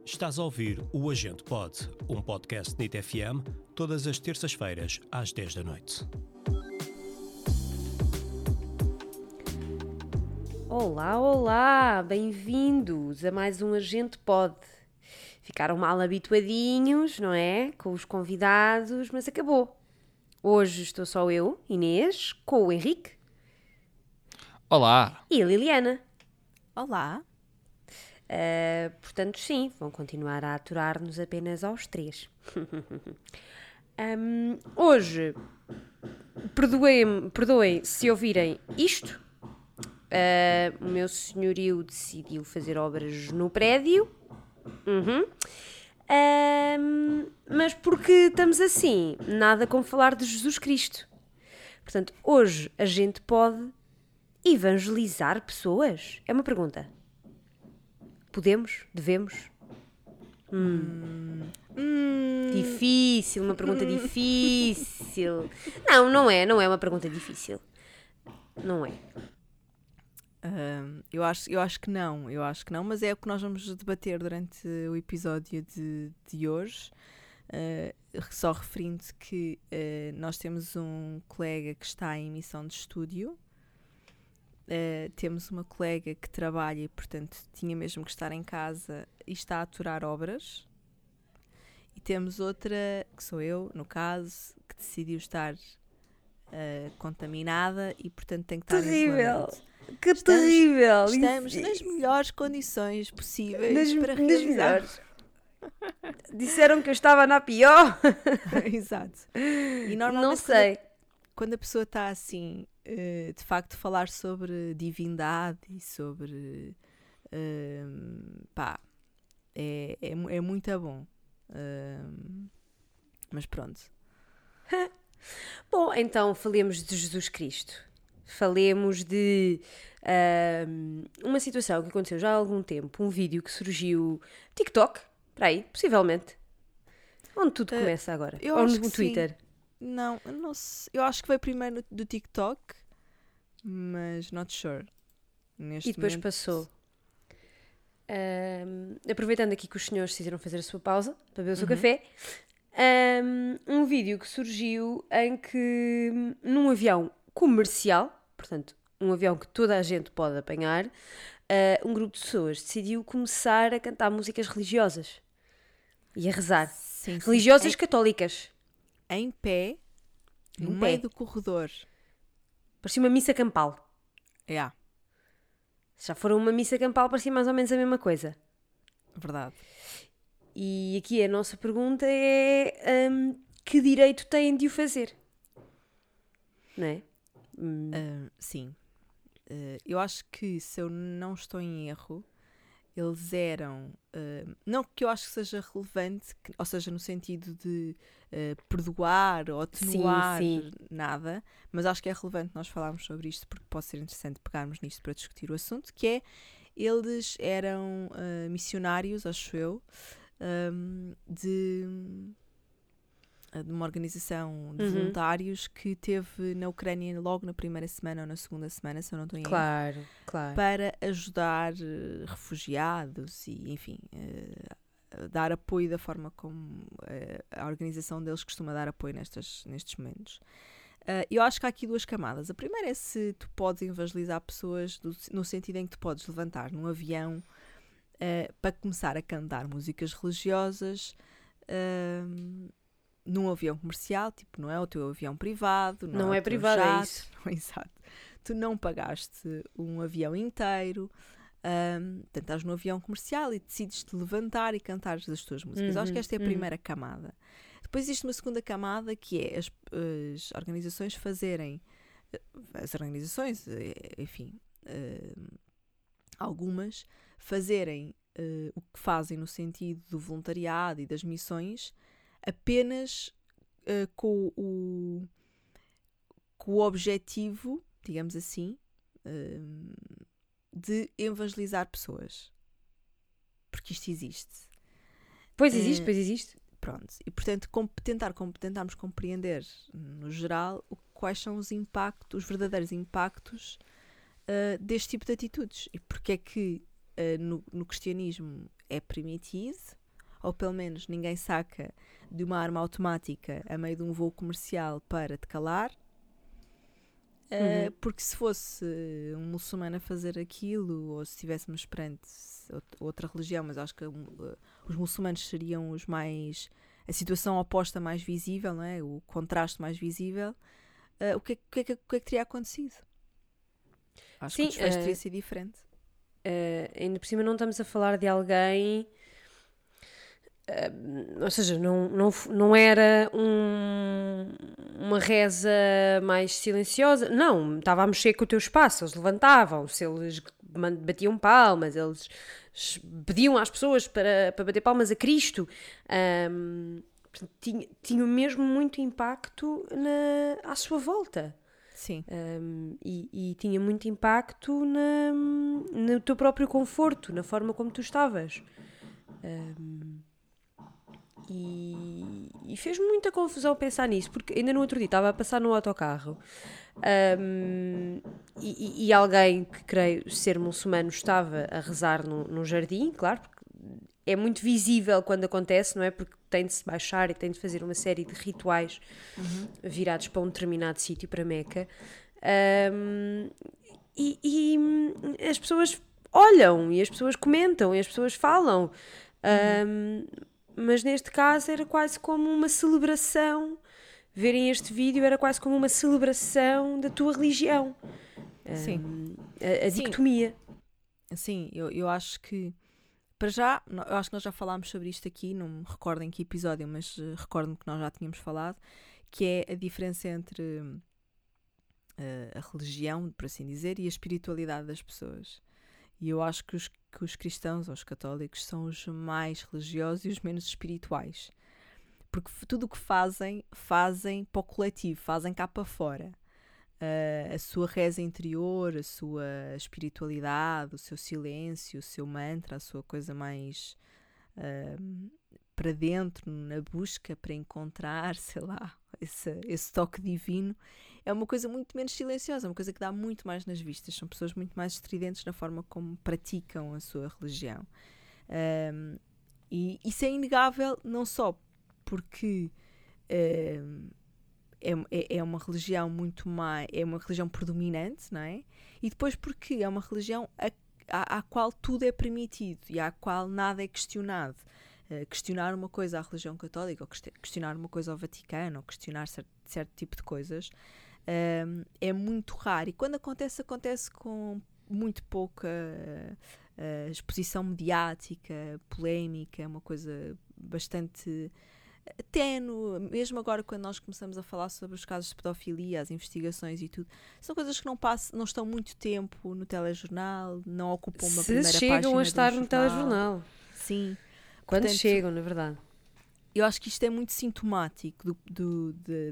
Estás a ouvir o Agente Pod, um podcast NIT FM, todas as terças-feiras, às 10 da noite. Olá, olá! Bem-vindos a mais um Agente Pod. Ficaram mal habituadinhos, não é? Com os convidados, mas acabou. Hoje estou só eu, Inês, com o Henrique. Olá! E a Liliana. Olá! Portanto, sim, vão continuar a aturar-nos apenas aos três. Hoje, perdoem se ouvirem isto. O meu senhorio decidiu fazer obras no prédio. Mas porque estamos assim, nada como falar de Jesus Cristo. Portanto, hoje a gente pode evangelizar pessoas? É uma pergunta. Podemos? Devemos? Difícil, uma pergunta difícil. Não é uma pergunta difícil. Não é. Eu acho que não, mas é o que nós vamos debater durante o episódio de hoje. Só referindo que nós temos um colega que está em missão de estúdio. Temos uma colega que trabalha e, portanto, tinha mesmo que estar em casa e está a aturar obras. E temos outra, que sou eu, no caso, que decidiu estar contaminada e, portanto, tem que estar em isolamento. Que terrível! Estamos nas melhores condições possíveis para realizar. Disseram que eu estava na pior. Exato. E normalmente, não sei. Quando a pessoa está assim, de facto, falar sobre divindade e sobre. É muito bom. Mas pronto. Bom, então falemos de Jesus Cristo. Falemos de uma situação que aconteceu já há algum tempo. Um vídeo que surgiu no TikTok, para aí, possivelmente. Onde tudo começa agora. Ou no Twitter. Sim. Não sei. Eu acho que veio primeiro do TikTok, mas not sure. E depois passou. Aproveitando aqui que os senhores decidiram fazer a sua pausa para beber o seu café, um vídeo que surgiu em que num avião comercial, portanto um avião que toda a gente pode apanhar, um grupo de pessoas decidiu começar a cantar músicas religiosas e a rezar. Sim. Religiosas católicas. Em pé, no meio do corredor. Parecia uma missa campal. Yeah. Se já foram uma missa campal, parecia mais ou menos a mesma coisa. Verdade. E aqui a nossa pergunta é que direito têm de o fazer? Não é? Sim. Eu acho que, se eu não estou em erro, eles eram... não que eu acho que seja relevante, ou seja, no sentido de perdoar ou atenuar nada, mas acho que é relevante nós falarmos sobre isto porque pode ser interessante pegarmos nisto para discutir o assunto, que é, eles eram missionários, acho eu, de uma organização de voluntários que teve na Ucrânia logo na primeira semana ou na segunda semana, se eu não estou em erro. Claro. Para ajudar refugiados e, enfim, dar apoio da forma como a organização deles costuma dar apoio nestes momentos. Eu acho que há aqui duas camadas. A primeira é se tu podes evangelizar pessoas no sentido em que tu podes levantar num avião para começar a cantar músicas religiosas num avião comercial, tipo, não é o teu avião privado. Não é privado, é isso. Exato. Tu não pagaste um avião inteiro, estás no avião comercial e decides-te levantar e cantar as tuas músicas. Eu acho que esta é a primeira camada. Depois existe uma segunda camada, que é as organizações fazerem... As organizações, enfim, algumas, fazerem o que fazem no sentido do voluntariado e das missões apenas com o objetivo, digamos assim, de evangelizar pessoas. Porque isto existe. Pois existe. Pronto. E, portanto, tentarmos compreender, no geral, quais são os verdadeiros impactos deste tipo de atitudes. E porque é que no cristianismo é permitido ou pelo menos ninguém saca de uma arma automática a meio de um voo comercial para te calar. Porque se fosse um muçulmano a fazer aquilo, ou se estivéssemos perante outra religião, mas acho que os muçulmanos seriam os mais... a situação oposta mais visível, não é? O contraste mais visível, o que é que teria acontecido? Acho que o desfecho teria sido diferente. Ainda por cima não estamos a falar de alguém... ou seja, não era uma reza mais silenciosa. Não, estava a mexer com o teu espaço. Eles levantavam-se, eles batiam palmas, eles pediam às pessoas para bater palmas a Cristo. Tinha mesmo muito impacto à sua volta. Sim. E tinha muito impacto no teu próprio conforto, na forma como tu estavas. E fez muita confusão pensar nisso, porque ainda no outro dia estava a passar no autocarro e alguém que creio ser muçulmano estava a rezar num jardim, claro, porque é muito visível quando acontece, não é? Porque tem de se baixar e tem de fazer uma série de rituais virados para um determinado sítio, para Meca, e as pessoas olham e as pessoas comentam e as pessoas falam. Mas neste caso era quase como uma celebração. Verem este vídeo era quase como uma celebração da tua religião. Sim. A dicotomia. Sim, eu acho que, para já, eu acho que nós já falámos sobre isto aqui, não me recordo em que episódio, mas recordo-me que nós já tínhamos falado, que é a diferença entre a religião, por assim dizer, e a espiritualidade das pessoas. E eu acho que os cristãos ou os católicos são os mais religiosos e os menos espirituais. Porque tudo o que fazem para o coletivo, fazem cá para fora. A sua reza interior, a sua espiritualidade, o seu silêncio, o seu mantra, a sua coisa mais para dentro, na busca para encontrar, sei lá, esse toque divino, é uma coisa muito menos silenciosa, uma coisa que dá muito mais nas vistas. São pessoas muito mais estridentes na forma como praticam a sua religião. E isso é inegável, não só porque é uma religião muito mais... é uma religião predominante, não é? E depois porque é uma religião à qual tudo é permitido e à qual nada é questionado. Questionar uma coisa à religião católica, ou questionar uma coisa ao Vaticano, ou questionar certo tipo de coisas, é muito raro. E quando acontece com muito pouca exposição mediática, polémica, é uma coisa bastante ténue. Mesmo agora, quando nós começamos a falar sobre os casos de pedofilia, as investigações e tudo, são coisas que não estão muito tempo no telejornal, não ocupam uma primeira página do jornal. Se chegam a estar no telejornal. Sim. Quando chegam, na verdade. Eu acho que isto é muito sintomático do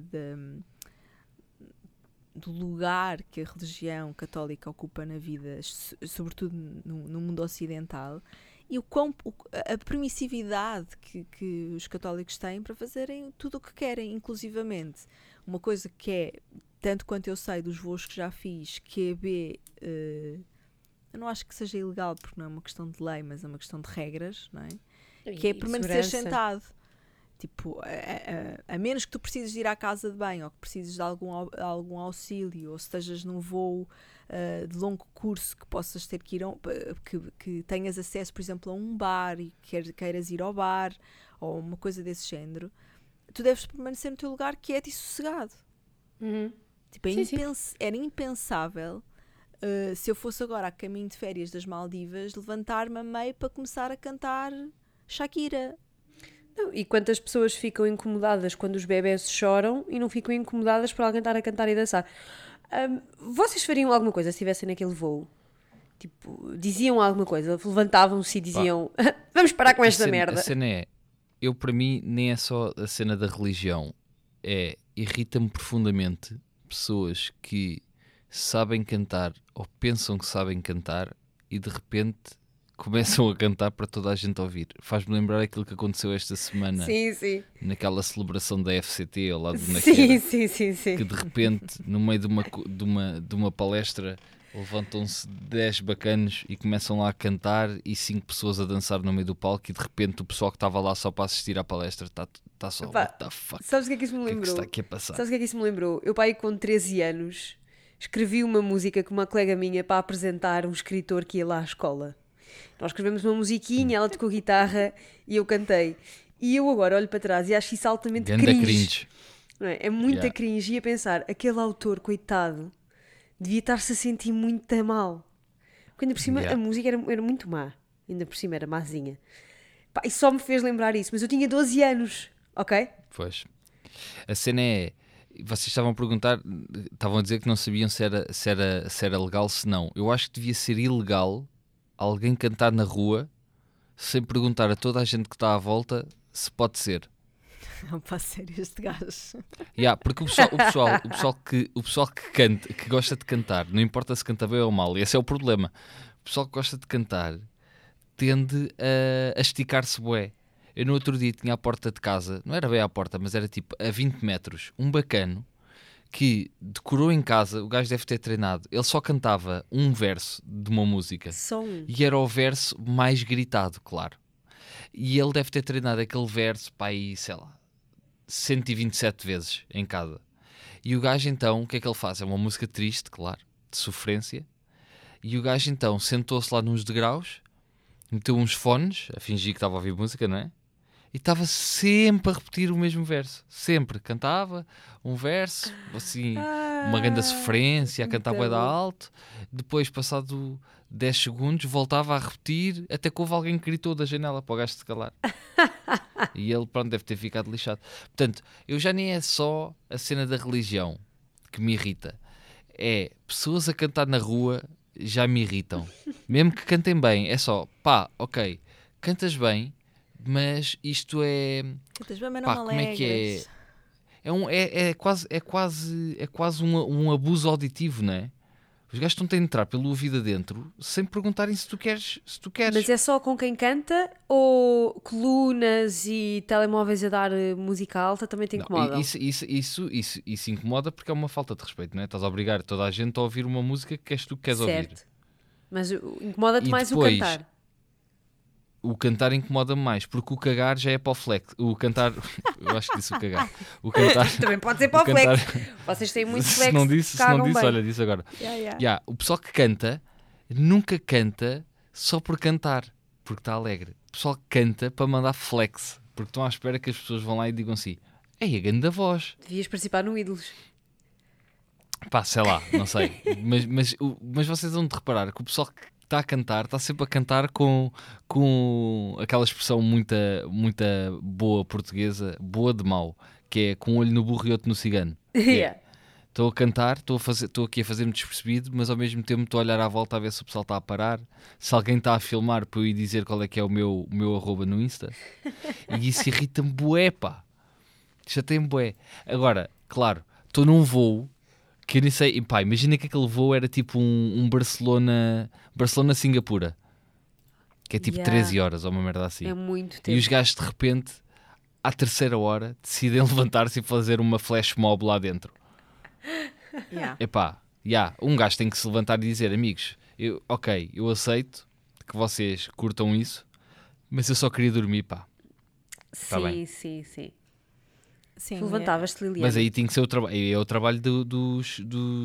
lugar que a religião católica ocupa na vida, sobretudo no mundo ocidental, e a permissividade que os católicos têm para fazerem tudo o que querem, inclusivamente. Uma coisa que é, tanto quanto eu sei dos voos que já fiz, QEB, eu não acho que seja ilegal, porque não é uma questão de lei, mas é uma questão de regras, não é? Que é permanecer sentado. Tipo, a menos que tu precises de ir à casa de banho, ou que precises de algum auxílio, ou se estejas num voo de longo curso que possas ter que ir que tenhas acesso, por exemplo, a um bar e queiras ir ao bar, ou uma coisa desse género, tu deves permanecer no teu lugar quieto e sossegado. Tipo, era impensável se eu fosse agora a caminho de férias das Maldivas, levantar-me a meio para começar a cantar Shakira. Não, e quantas pessoas ficam incomodadas quando os bebés choram e não ficam incomodadas por alguém estar a cantar e dançar? Vocês fariam alguma coisa se estivessem naquele voo? Tipo, diziam alguma coisa, levantavam-se e diziam vamos parar com esta merda. A cena é, para mim nem é só a cena da religião, irrita-me profundamente pessoas que sabem cantar ou pensam que sabem cantar e de repente começam a cantar para toda a gente ouvir. Faz-me lembrar aquilo que aconteceu esta semana. Sim. Naquela celebração da FCT ao lado de Naquera. Sim. Que de repente, no meio de uma palestra, levantam-se 10 bacanos e começam lá a cantar e 5 pessoas a dançar no meio do palco e de repente o pessoal que estava lá só para assistir à palestra está só, Epá, what the fuck? Sabes o que é que isso me O que é que lembrou? está aqui a passar? Sabes o que é que isso me lembrou? Eu, pai, com 13 anos, escrevi uma música com uma colega minha para apresentar um escritor que ia lá à escola. Nós escrevemos uma musiquinha, ela tocou guitarra e eu cantei. E eu agora olho para trás e acho isso altamente Ganda cringe. cringe. Não é? É muita Yeah. cringe. E a pensar, aquele autor, coitado, devia estar-se a sentir muito mal. Porque ainda por cima Yeah. a música era muito má. Ainda por cima era mazinha. Pá, e só me fez lembrar isso. Mas eu tinha 12 anos, ok? Pois. A cena é. Vocês estavam a perguntar, estavam a dizer que não sabiam se era legal, se não. Eu acho que devia ser ilegal alguém cantar na rua sem perguntar a toda a gente que está à volta se pode ser. Não pode ser este gajo. Yeah, porque o pessoal que canta, que gosta de cantar, não importa se canta bem ou mal, esse é o problema. O pessoal que gosta de cantar tende a esticar-se bué. Eu no outro dia tinha à porta de casa, não era bem à porta, mas era tipo a 20 metros, um bacano que decorou em casa, o gajo deve ter treinado, ele só cantava um verso de uma música Só um. e era o verso mais gritado, claro. E ele deve ter treinado aquele verso para aí, sei lá, 127 vezes em cada. E o gajo então, o que é que ele faz? É uma música triste, claro, de sofrência. E o gajo então sentou-se lá nos degraus, meteu uns fones, a fingir que estava a ouvir música, não é? E estava sempre a repetir o mesmo verso. Sempre. Cantava um verso, assim, uma grande sofrência, a cantar bué da alto. Depois, passado 10 segundos, voltava a repetir, até que houve alguém que gritou da janela para o gajo se calar. E ele, pronto, deve ter ficado lixado. Portanto, eu já nem é só a cena da religião que me irrita. É pessoas a cantar na rua já me irritam. Mesmo que cantem bem, é só, pá, ok, cantas bem, mas isto é... Cantas bem, mas Pá, não me como é que é? alegres. É quase um abuso auditivo, não é? Os gajos estão a entrar pelo ouvido adentro sem perguntarem se tu queres. Mas é só com quem canta ou colunas e telemóveis a dar música alta também te Não, incomodam? isso incomoda porque é uma falta de respeito, não é? Estás a obrigar toda a gente a ouvir uma música que és tu que queres ouvir. Certo. Mas incomoda-te E mais depois- o cantar. O cantar incomoda-me mais, porque o cagar já é para o flex. O cantar, eu acho que disse o cagar. O cantar, Também pode ser para o cantar- flex. Vocês têm muito se flex. não disse, cagam bem. olha, disse agora. Yeah, o pessoal que canta nunca canta só por cantar, porque está alegre. O pessoal que canta para mandar flex, porque estão à espera que as pessoas vão lá e digam assim: ei, a grande voz. Devias participar no Ídolos. Pá, sei lá, não sei. mas vocês vão de reparar que o pessoal que está a cantar está sempre a cantar com aquela expressão muita boa portuguesa, boa de mau, que é com um olho no burro e outro no cigano. Yeah. Estou a cantar, estou aqui a fazer-me despercebido, mas ao mesmo tempo estou a olhar à volta a ver se o pessoal está a parar, se alguém está a filmar para eu ir dizer qual é que é o meu arroba no Insta. E isso irrita-me bué, pá. Chateia-me bué. Agora, claro, estou num voo que eu nem sei, e pá, imagina que aquele voo era tipo um Barcelona-Singapura, que é tipo Yeah. 13 horas ou uma merda assim. É muito E tempo. os gajos de repente, à terceira hora, decidem levantar-se e fazer uma flash mob lá dentro. Yeah. Epá, um gajo tem que se levantar e dizer: amigos, eu aceito que vocês curtam isso, mas eu só queria dormir, pá. Tá bem. Sim, sim. Sim, Tu levantavas-te, Liliana. Mas aí tem que ser o trabalho, é o trabalho dos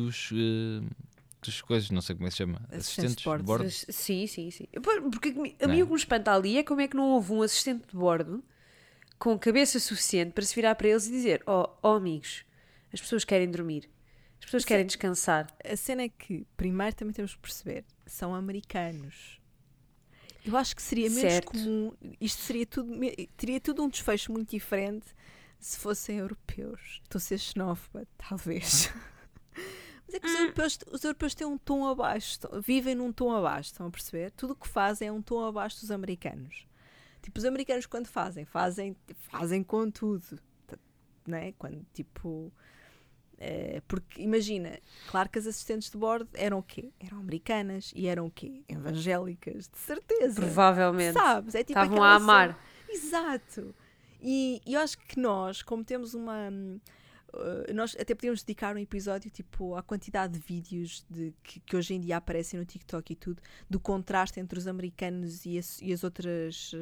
coisas, não sei como é que se chama, Assistentes de bordo. bordo. Mas, sim. Porque a Não mim é? o que me espanta ali é como é que não houve um assistente de bordo com cabeça suficiente para se virar para eles e dizer: oh amigos, as pessoas querem dormir, as pessoas querem descansar. A cena é que, primeiro, também temos que perceber, são americanos. Eu acho que seria menos Certo. comum, isto seria teria tudo um desfecho muito diferente se fossem europeus. Estou a ser xenófoba, talvez. Mas é que os europeus têm um tom abaixo, vivem num tom abaixo, estão a perceber? Tudo o que fazem é um tom abaixo dos americanos. Tipo, os americanos quando fazem com tudo, não é? Quando, tipo... porque, imagina, claro que as assistentes de bordo eram o quê? Eram americanas e eram o quê? Evangélicas, de certeza. Provavelmente. Sabes? É tipo Estavam aquela a amar. Exato. E eu acho que nós, como temos nós até podíamos dedicar um episódio tipo à quantidade de vídeos que hoje em dia aparecem no TikTok e tudo, do contraste entre os americanos e as outras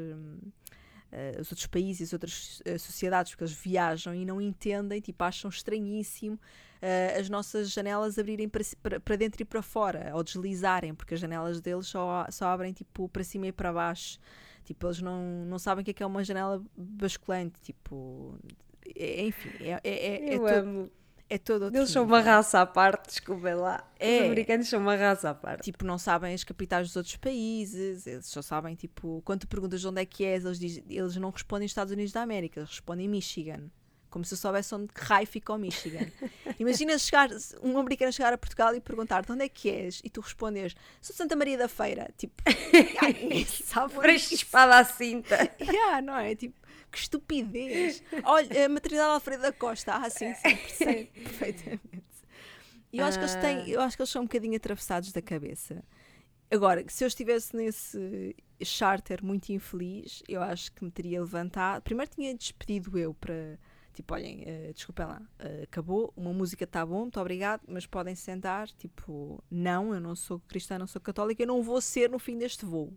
os outros países, as outras sociedades, porque eles viajam e não entendem, tipo, acham estranhíssimo as nossas janelas abrirem para dentro e para fora, ou deslizarem, porque as janelas deles só abrem tipo para cima e para baixo. Tipo, eles não sabem o que é uma janela basculante, tipo, enfim, Eu amo. é todo outro Eles são nível. uma raça à parte, desculpem lá. É. Os americanos são uma raça à parte. Tipo, não sabem as capitais dos outros países, eles só sabem, tipo, quando tu perguntas de onde é que és, eles não respondem Estados Unidos da América, eles respondem Michigan. Como se eu soubesse onde que raio fica o Michigan. Imagina um americano chegar a Portugal e perguntar de onde é que és, e tu respondes, sou de Santa Maria da Feira. Tipo, ninguém sabe onde é Freixo de espada à cinta. não é? Tipo, que estupidez. Olha, a maternidade Alfredo da Costa. Sim, percebo perfeitamente. E eu acho que eles são um bocadinho atravessados da cabeça. Agora, se eu estivesse nesse charter muito infeliz, eu acho que me teria levantado. Primeiro tinha despedido eu para, tipo, olhem, desculpem lá, acabou, uma música está bom, muito obrigado, mas podem sentar. Tipo, não, eu não sou cristã, não sou católica, eu não vou ser no fim deste voo.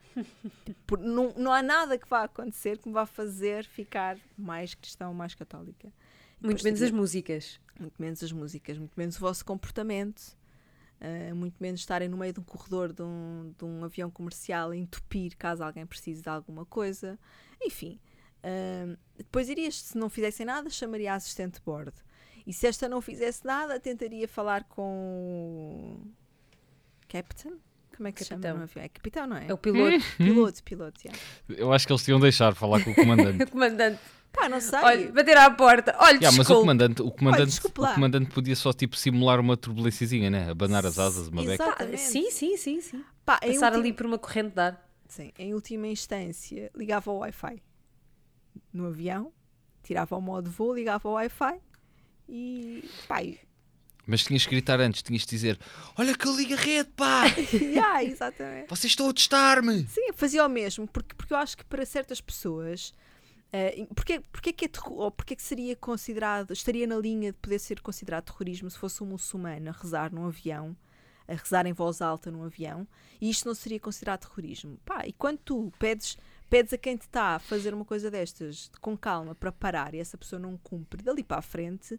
Não há nada que vá acontecer que me vá fazer ficar mais cristão, mais católica. Muito menos as músicas. Muito menos as músicas, muito menos o vosso comportamento, muito menos estarem no meio de um corredor de um avião comercial a entupir caso alguém precise de alguma coisa. Enfim, depois se não fizessem nada, chamaria a assistente de bordo. E se esta não fizesse nada, tentaria falar com o Captain? Como é que se chama no avião? É capitão, não é? É o piloto. Piloto, yeah. Eu acho que eles te iam deixar falar com o comandante. O comandante. Pá, não sei. Olha, bater à porta. Olha, Mas desculpe. o desculpe lá. comandante podia só tipo simular uma turbulênciazinha, né? Abanar as asas, uma beca. Exatamente. Sim. Pá, Passar ali por uma corrente de ar. Sim, em última instância, ligava ao Wi-Fi no avião, tirava o modo voo, ligava ao Wi-Fi e pá, Mas tinhas que gritar antes, tinhas de dizer: olha que eu ligo a rede, pá! exatamente. Vocês estão a testar-me! Sim, fazia o mesmo, porque eu acho que para certas pessoas, porque que seria considerado, estaria na linha de poder ser considerado terrorismo se fosse um muçulmano a rezar num avião, a rezar em voz alta num avião, e isto não seria considerado terrorismo. Pá, e quando tu pedes a quem te está a fazer uma coisa destas com calma para parar e essa pessoa não cumpre, dali para a frente,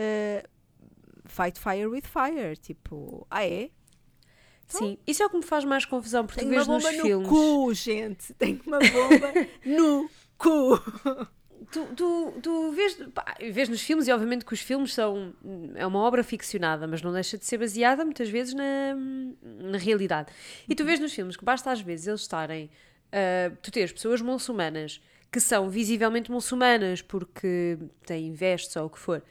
fight fire with fire, tipo, é? Sim, isso é o que me faz mais confusão, porque tu Tenho uma vês nos bomba no filmes. cu, gente, tenho uma bomba no cu. Tu vês nos filmes, e obviamente que os filmes é uma obra ficcionada, mas não deixa de ser baseada muitas vezes na realidade. E tu vês nos filmes que basta às vezes eles estarem, tu tens pessoas muçulmanas que são visivelmente muçulmanas porque têm vestes ou o que for,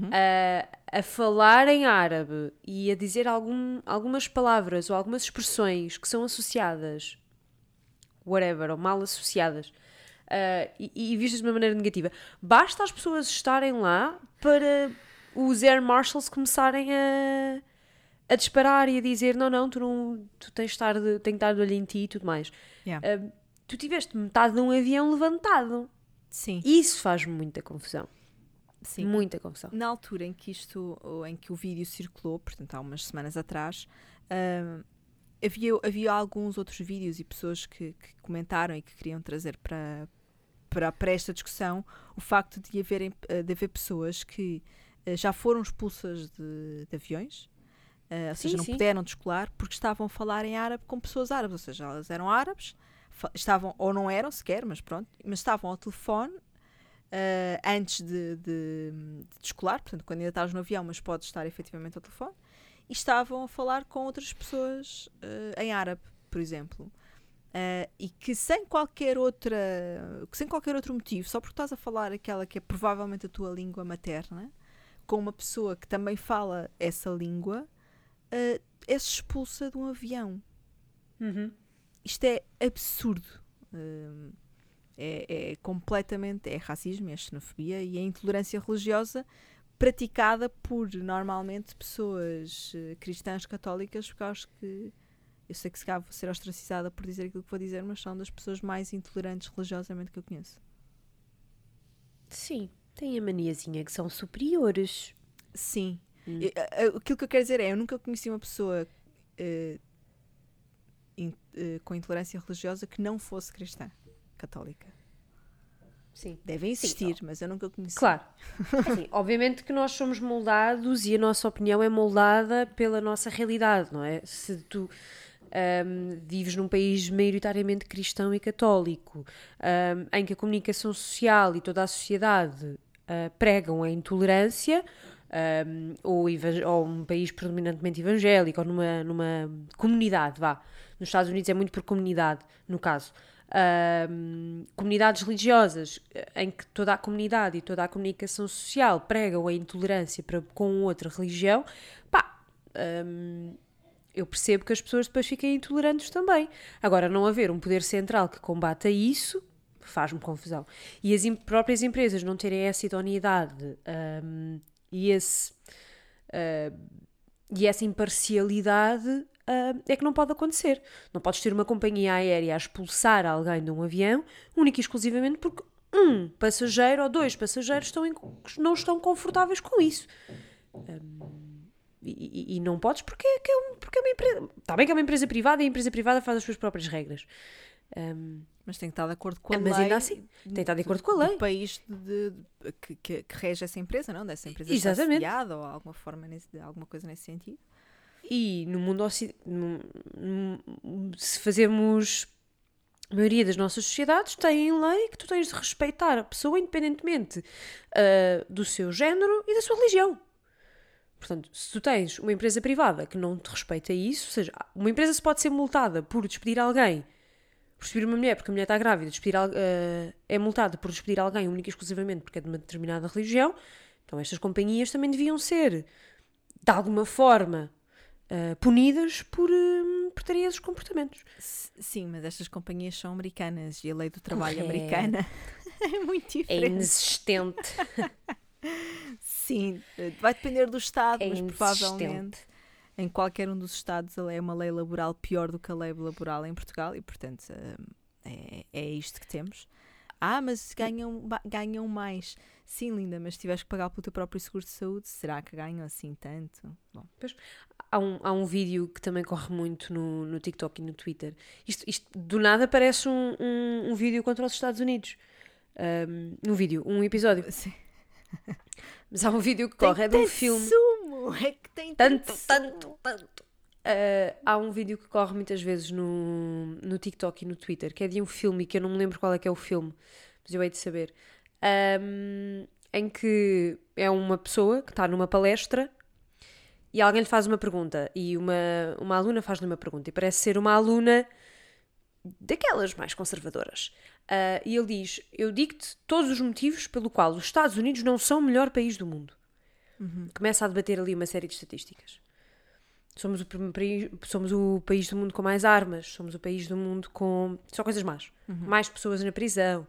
a falar em árabe e a dizer algumas palavras ou algumas expressões que são associadas, whatever, ou mal associadas, e vistas de uma maneira negativa. Basta as pessoas estarem lá para os Air Marshals começarem a disparar e a dizer não, tu tens de estar de olho em ti e tudo mais. Yeah. Tu tiveste metade de um avião levantado. Sim. Isso faz muita confusão. Sim. Muita confusão. Na altura em que o vídeo circulou, portanto há umas semanas atrás, havia alguns outros vídeos e pessoas que comentaram e que queriam trazer para esta discussão o facto de haver pessoas que já foram expulsas de aviões, ou seja, não puderam descolar porque estavam a falar em árabe com pessoas árabes, ou seja, elas eram árabes, estavam, ou não eram sequer, mas pronto, mas estavam ao telefone antes de descolar, portanto quando ainda estás no avião, mas podes estar efetivamente ao telefone, e estavam a falar com outras pessoas em árabe, por exemplo. E que sem qualquer outro motivo, só porque estás a falar aquela que é provavelmente a tua língua materna, com uma pessoa que também fala essa língua, és expulsa de um avião. Isto é absurdo. É completamente, é racismo, é xenofobia e é intolerância religiosa praticada por, normalmente, pessoas cristãs católicas, porque acho que eu sei que se calhar vou ser ostracizada por dizer aquilo que vou dizer, mas são das pessoas mais intolerantes religiosamente que eu conheço. Sim. Têm a maniazinha que são superiores. Sim. Aquilo que eu quero dizer é, eu nunca conheci uma pessoa com intolerância religiosa que não fosse cristã, católica. Sim. Devem existir, mas eu nunca conheci. Claro. Assim, obviamente que nós somos moldados e a nossa opinião é moldada pela nossa realidade, não é? Se tu vives num país maioritariamente cristão e católico, em que a comunicação social e toda a sociedade pregam a intolerância, ou um país predominantemente evangélico, ou numa comunidade, vá. Nos Estados Unidos é muito por comunidade, no caso. Comunidades religiosas em que toda a comunidade e toda a comunicação social pregam a intolerância com outra religião, eu percebo que as pessoas depois fiquem intolerantes também. Agora, não haver um poder central que combata isso faz-me confusão. E as próprias empresas não terem essa idoneidade e essa imparcialidade, é que não pode acontecer. Não podes ter uma companhia aérea a expulsar alguém de um avião única e exclusivamente porque um passageiro ou dois passageiros não estão confortáveis com isso. E não podes porque é uma empresa. Está bem que é uma empresa privada e a empresa privada faz as suas próprias regras. Mas tem que estar de acordo com a mas lei. ainda assim, tem que estar de acordo com a lei. Do país que rege essa empresa, não? Dessa empresa Exatamente. está assediada ou alguma coisa nesse sentido. E no mundo se fazermos a maioria das nossas sociedades têm lei que tu tens de respeitar a pessoa independentemente do seu género e da sua religião. Portanto, se tu tens uma empresa privada que não te respeita isso, ou seja, uma empresa se pode ser multada por despedir alguém, por despedir uma mulher porque a mulher está grávida, é multada por despedir alguém única e exclusivamente porque é de uma determinada religião, então estas companhias também deviam ser, de alguma forma, punidas por terem esses comportamentos. Sim, mas estas companhias são americanas e a lei do trabalho americana é muito diferente. É inexistente. Sim, vai depender do Estado, É mas provavelmente em qualquer um dos Estados é uma lei laboral pior do que a lei laboral em Portugal e, portanto, é isto que temos. Mas ganham mais. Sim, linda, mas se tiveres que pagar pelo teu próprio seguro de saúde, será que ganham assim tanto? Bom. Pois, há um vídeo que também corre muito no TikTok e no Twitter. Isto do nada parece um vídeo contra os Estados Unidos. Um episódio. Sim. Mas há um vídeo que corre, é de um filme. É que tem tanto. Há um vídeo que corre muitas vezes no TikTok e no Twitter, que é de um filme que eu não me lembro qual é que é o filme, mas eu hei de saber. Em que é uma pessoa que está numa palestra e alguém lhe faz uma pergunta e uma aluna faz-lhe uma pergunta e parece ser uma aluna daquelas mais conservadoras. E ele diz: eu digo-te todos os motivos pelo qual os Estados Unidos não são o melhor país do mundo. Começa a debater ali uma série de estatísticas. Somos o país do mundo com mais armas, somos o país do mundo com só coisas más. Mais pessoas na prisão.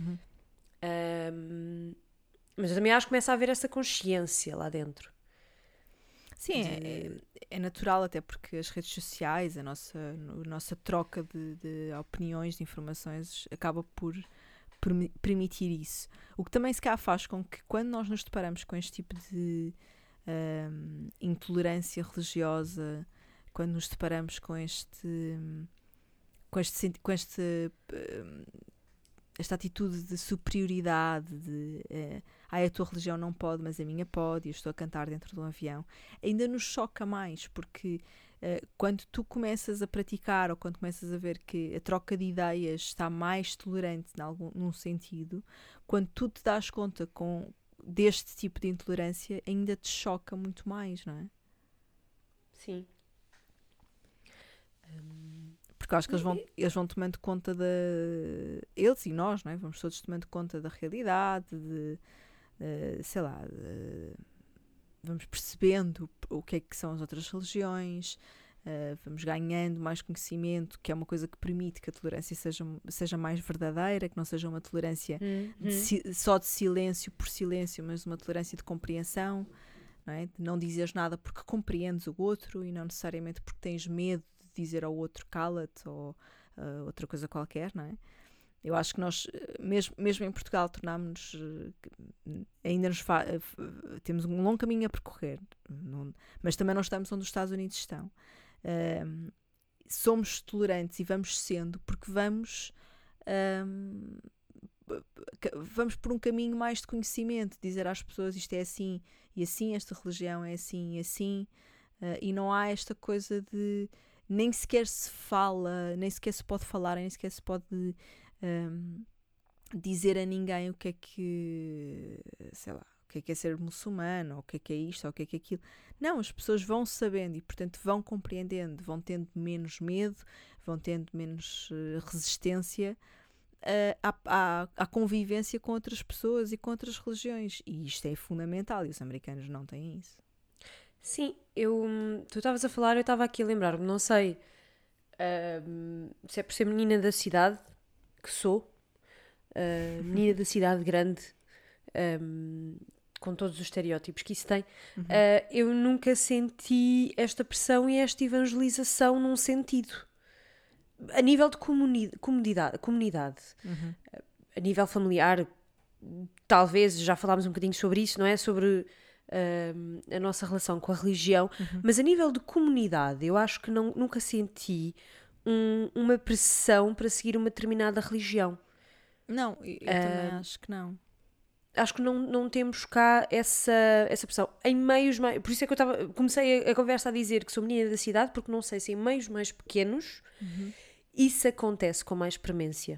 Mas eu também acho que começa a haver essa consciência lá dentro. Sim, é natural, até porque as redes sociais, a nossa troca de opiniões, de informações, acaba por permitir isso. O que também se calhar faz com que quando nós nos deparamos com este tipo de intolerância religiosa, quando nos deparamos com esta atitude de superioridade, a tua religião não pode, mas a minha pode, e eu estou a cantar dentro de um avião, ainda nos choca mais, porque quando tu começas a praticar ou quando começas a ver que a troca de ideias está mais tolerante num sentido, quando tu te dás conta deste tipo de intolerância, ainda te choca muito mais, não é? Sim. Porque eu acho que eles vão tomando conta eles e nós, não é? Vamos todos tomando conta da realidade, vamos percebendo o que é que são as outras religiões, vamos ganhando mais conhecimento, que é uma coisa que permite que a tolerância seja mais verdadeira, que não seja uma tolerância só de silêncio por silêncio, mas uma tolerância de compreensão, não é? De não dizeres nada porque compreendes o outro e não necessariamente porque tens medo de dizer ao outro cala-te ou outra coisa qualquer, não é? Eu acho que nós, mesmo em Portugal, tornámos-nos, ainda temos um longo caminho a percorrer, mas também não estamos onde os Estados Unidos estão. Somos tolerantes e vamos sendo porque vamos por um caminho mais de conhecimento, dizer às pessoas isto é assim e assim, esta religião é assim e assim, e não há esta coisa de nem sequer se fala, nem sequer se pode falar, nem sequer se pode dizer a ninguém o que é que, sei lá, o que é ser muçulmano, ou o que é isto, ou o que é aquilo. Não, as pessoas vão sabendo e, portanto, vão compreendendo, vão tendo menos medo, vão tendo menos resistência à convivência com outras pessoas e com outras religiões. E isto é fundamental, e os americanos não têm isso. Sim, tu estavas a falar, eu estava aqui a lembrar-me, não sei se é por ser menina da cidade, que sou, menina da cidade grande, com todos os estereótipos que isso tem, eu nunca senti esta pressão e esta evangelização num sentido. A nível de comunidade. A nível familiar, talvez, já falámos um bocadinho sobre isso, não é? Sobre a nossa relação com a religião, mas a nível de comunidade, eu acho que nunca senti uma pressão para seguir uma determinada religião. Não, eu também acho que não. Acho que não temos cá essa pressão. Em meios mais... Por isso é que eu comecei a conversa a dizer que sou menina da cidade, porque não sei se em meios mais pequenos isso acontece com mais premência.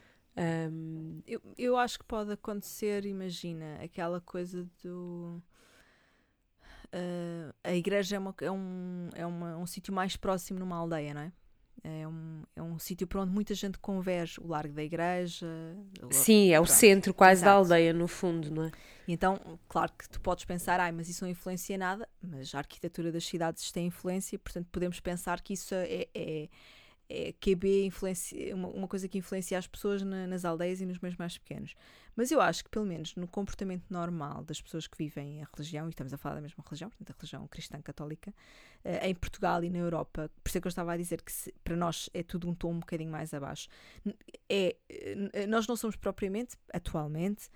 Eu acho que pode acontecer, imagina, aquela coisa do... a igreja é um sítio mais próximo numa aldeia, não é? É um sítio para onde muita gente converge, o largo da igreja. Sim, é o centro quase da aldeia, no fundo, não é? E então, claro que tu podes pensar, mas isso não influencia nada, mas a arquitetura das cidades tem influência, portanto podemos pensar que isso é QB, uma coisa que influencia as pessoas nas aldeias e nos meios mais pequenos. Mas eu acho que, pelo menos no comportamento normal das pessoas que vivem a religião, e estamos a falar da mesma religião, portanto a religião cristã católica, em Portugal e na Europa, por isso é que eu estava a dizer que para nós é tudo um tom um bocadinho mais abaixo. Nós não somos propriamente, atualmente,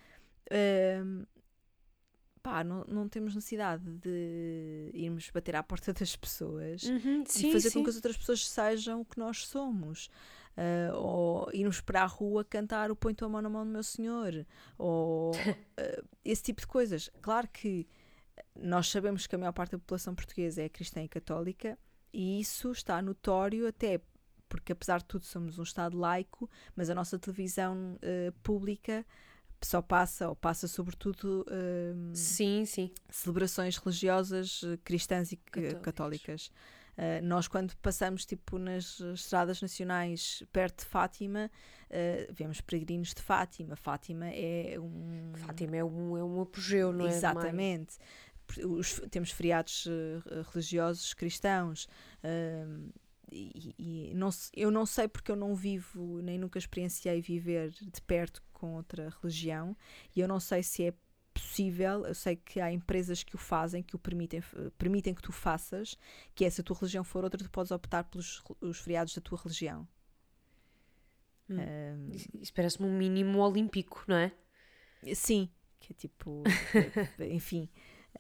não temos necessidade de irmos bater à porta das pessoas e fazer com que as outras pessoas sejam o que nós somos. Ou irmos para a rua cantar o Põe Tua Mão na Mão do Meu Senhor, ou esse tipo de coisas. Claro que nós sabemos que a maior parte da população portuguesa é cristã e católica, e isso está notório até porque, apesar de tudo, somos um Estado laico, mas a nossa televisão pública só passa sobretudo sim. celebrações religiosas cristãs e católicas. Nós, quando passamos nas estradas nacionais perto de Fátima, vemos peregrinos de Fátima. Fátima é um apogeu, não é? Exatamente. Temos feriados religiosos cristãos. Eu não sei, porque eu não vivo, nem nunca experienciei viver de perto com outra religião, e eu não sei se é possível. Eu sei que há empresas que o fazem, que o permitem que tu faças, que é, se a tua religião for outra, tu podes optar pelos os feriados da tua religião. Isso parece-me um mínimo olímpico, não é? Sim, que é tipo enfim,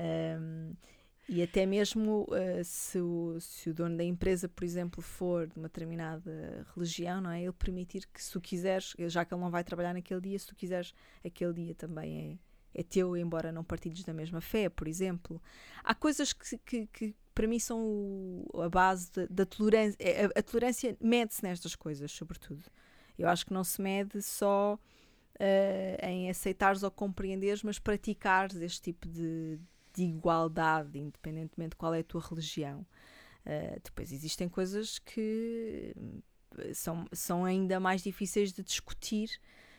e até mesmo se o dono da empresa, por exemplo, for de uma determinada religião, não é? Ele permitir que, se tu quiseres, já que ele não vai trabalhar naquele dia, se tu quiseres, aquele dia também é teu, embora não partilhes da mesma fé, por exemplo. Há coisas que para mim são a base da tolerância. A tolerância mede-se nestas coisas, sobretudo. Eu acho que não se mede só em aceitares ou compreenderes, mas praticares este tipo de igualdade, independentemente de qual é a tua religião. Depois existem coisas que são ainda mais difíceis de discutir,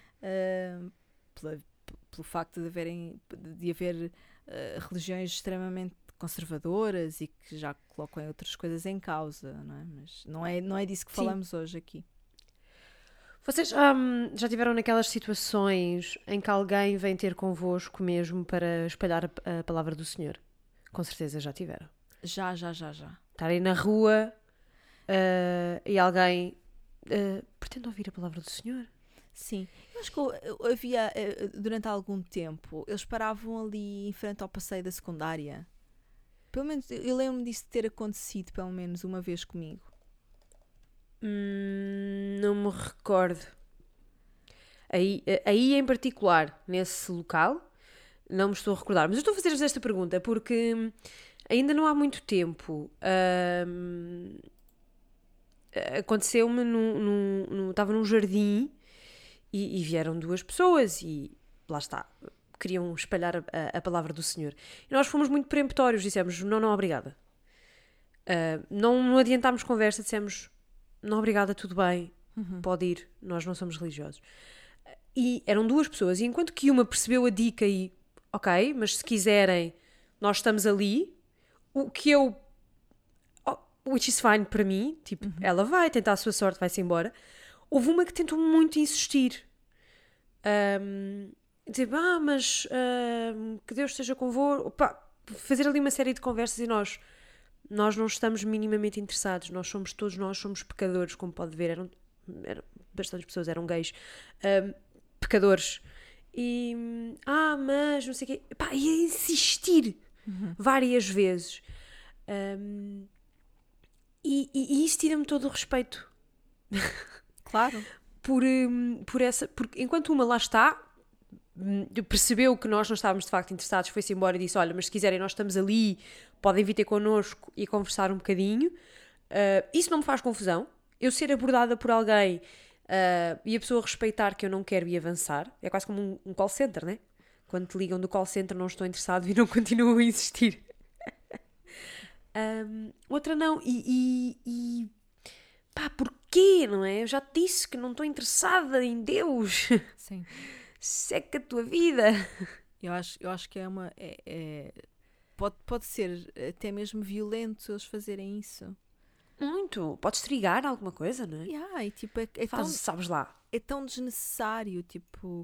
pelo facto de haver religiões extremamente conservadoras e que já colocam outras coisas em causa, não é? Mas não é disso que falamos hoje aqui. Vocês já tiveram naquelas situações em que alguém vem ter convosco mesmo para espalhar a palavra do Senhor? Com certeza já tiveram. Já. Estarem na rua e alguém pretende ouvir a palavra do Senhor? Sim. Eu acho que havia, durante algum tempo, eles paravam ali em frente ao passeio da secundária. Pelo menos, eu lembro-me disso ter acontecido pelo menos uma vez comigo. Não me recordo. Aí em particular, nesse local, não me estou a recordar. Mas eu estou a fazer-vos esta pergunta porque ainda não há muito tempo aconteceu-me estava num jardim e vieram duas pessoas e lá está, queriam espalhar a palavra do Senhor. E nós fomos muito peremptórios, dissemos não, obrigada. Não adiantámos conversa, dissemos não, obrigada, tudo bem, pode ir, nós não somos religiosos. E eram duas pessoas, e enquanto que uma percebeu a dica e ok, mas se quiserem, nós estamos ali, o que eu which is fine para mim, tipo, ela vai tentar a sua sorte, vai-se embora. Houve uma que tentou muito insistir. Dizer, mas que Deus esteja convosco. Fazer ali uma série de conversas e nós não estamos minimamente interessados. Nós somos pecadores, como pode ver. Eram bastantes pessoas, eram gays. Pecadores. E, mas não sei o quê. Ia insistir várias vezes. E isso tira-me todo o respeito. Claro. Porque enquanto uma lá está, percebeu que nós não estávamos de facto interessados, foi-se embora e disse, olha, mas se quiserem nós estamos ali, podem vir ter connosco e conversar um bocadinho. Isso não me faz confusão. Eu ser abordada por alguém e a pessoa respeitar que eu não quero e avançar, é quase como um call center, né? Quando te ligam do call center não estou interessado e não continuam a insistir. Outra não, porquê, não é? Eu já te disse que não estou interessada em Deus. Sim. Seca a tua vida. Eu acho que pode ser até mesmo violento eles fazerem isso. Muito. Podes trigar alguma coisa, não é? E tipo, sabes lá. É tão desnecessário, tipo...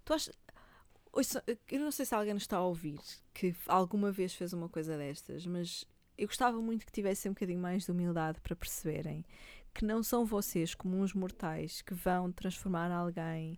Eu não sei se alguém nos está a ouvir que alguma vez fez uma coisa destas, mas eu gostava muito que tivessem um bocadinho mais de humildade para perceberem que não são vocês, comuns mortais, que vão transformar alguém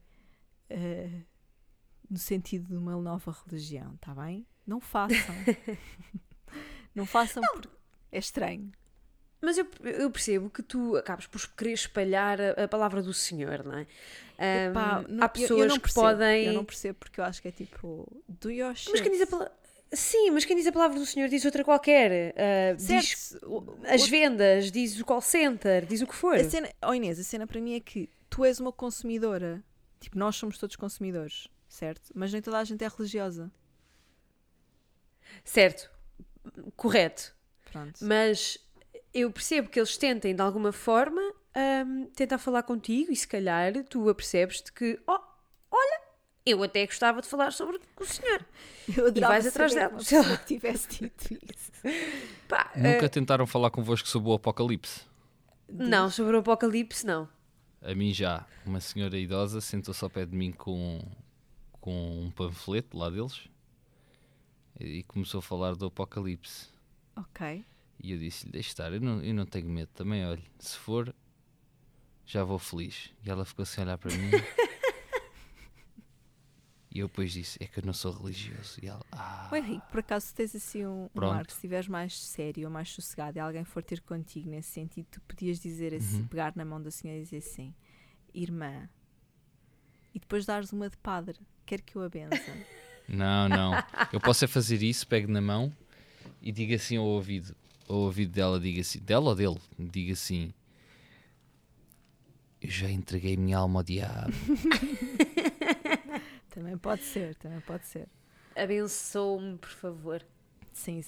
no sentido de uma nova religião, está bem? Não façam. Não façam porque é estranho. Mas eu percebo que tu acabas por querer espalhar a palavra do Senhor, não é? Há pessoas que podem... Eu não percebo porque eu acho que é tipo... Do your shit. Mas quem diz a palavra... Sim, mas quem diz a palavra do Senhor diz outra qualquer. Diz as vendas, diz o call center, diz o que for. Inês, a cena para mim é que tu és uma consumidora. Tipo, nós somos todos consumidores, certo? Mas nem toda a gente é religiosa. Certo. Correto. Pronto. Mas eu percebo que eles tentem, de alguma forma, tentar falar contigo e se calhar tu apercebes-te que, olha, eu até gostava de falar sobre o Senhor. E vais atrás dela. Se eu tivesse dito isso. Nunca tentaram falar convosco sobre o Apocalipse? Não, sobre o Apocalipse não. A mim já. Uma senhora idosa sentou-se ao pé de mim com um panfleto lá deles e começou a falar do Apocalipse. Ok. E eu disse-lhe, deixa estar, eu não tenho medo também, olha, se for, já vou feliz. E ela ficou assim a olhar para mim. E eu depois disse, é que eu não sou religioso. E ela, Henrique, por acaso tens assim um ar que se estiveres mais sério ou mais sossegado e alguém for ter contigo nesse sentido, tu podias dizer assim, pegar na mão da senhora e dizer assim, irmã, e depois dares uma de padre, quer que eu a benza. Não, eu posso é fazer isso, pego na mão e digo assim ao ouvido dela, diga assim, dela ou dele, diga assim, eu já entreguei minha alma ao diabo. Também pode ser. Abençoe-me, por favor. Sim.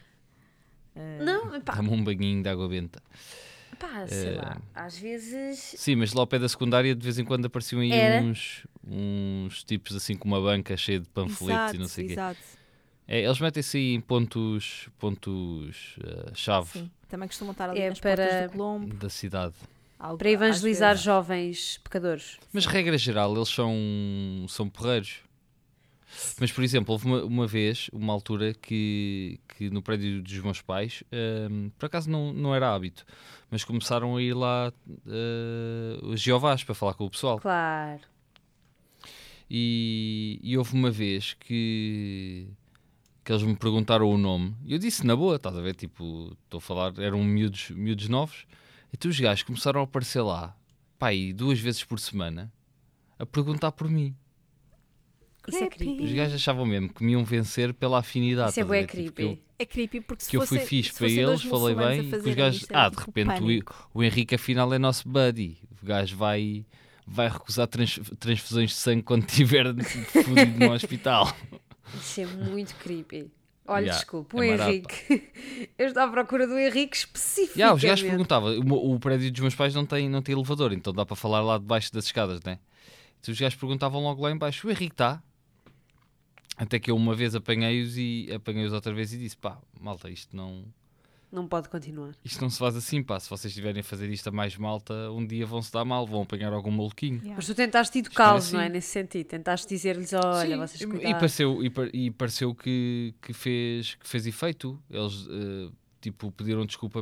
Não, Dá-me um banhinho de água benta. Sei lá, às vezes... Sim, mas lá ao pé da secundária de vez em quando apareciam aí uns tipos assim com uma banca cheia de panfletos e não sei o quê. Exato. Eles metem-se aí em pontos-chave. Sim, também costumam estar ali nas portas do Colombo. Da cidade. Para evangelizar jovens pecadores. Mas regra geral, eles são porreiros. Mas, por exemplo, houve uma vez, uma altura que no prédio dos meus pais, por acaso não era hábito, mas começaram a ir lá os Jeovás para falar com o pessoal. Claro. E houve uma vez que eles me perguntaram o nome e eu disse na boa, estás a ver, tipo, estou a falar, eram miúdos novos, então os gajos começaram a aparecer lá, pá, e 2 vezes por semana a perguntar por mim. Isso é creepy. Os gajos achavam mesmo que me iam vencer pela afinidade. Isso é estás a bué ver? Tipo, creepy. É creepy porque se que eu fui fosse- fixe se para fossem dois eles, falei muçulmanos a bem, que os fazerem gajos, isto, era de tipo repente pânico. o Henrique afinal é nosso buddy, o gajo vai recusar transfusões de sangue quando estiver fodido no hospital. Isso é muito creepy. Olha, Yeah, desculpa, o é marado, Henrique. Eu estou à procura do Henrique especificamente. Yeah, os gajos perguntavam, o prédio dos meus pais não tem elevador, então dá para falar lá debaixo das escadas, né? Então os gajos perguntavam logo lá em baixo, o Henrique está? Até que eu uma vez apanhei-os outra vez e disse, pá, malta, isto Não pode continuar. não se faz assim, pá, se vocês estiverem a fazer isto a mais malta, um dia vão-se dar mal, vão apanhar algum maluquinho. Yeah. Mas tu tentaste educá-los, Isto não é é? assim. Nesse sentido. Tentaste dizer-lhes, olha, Sim, vocês e cuidado. pareceu que fez efeito. Eles tipo, pediram desculpa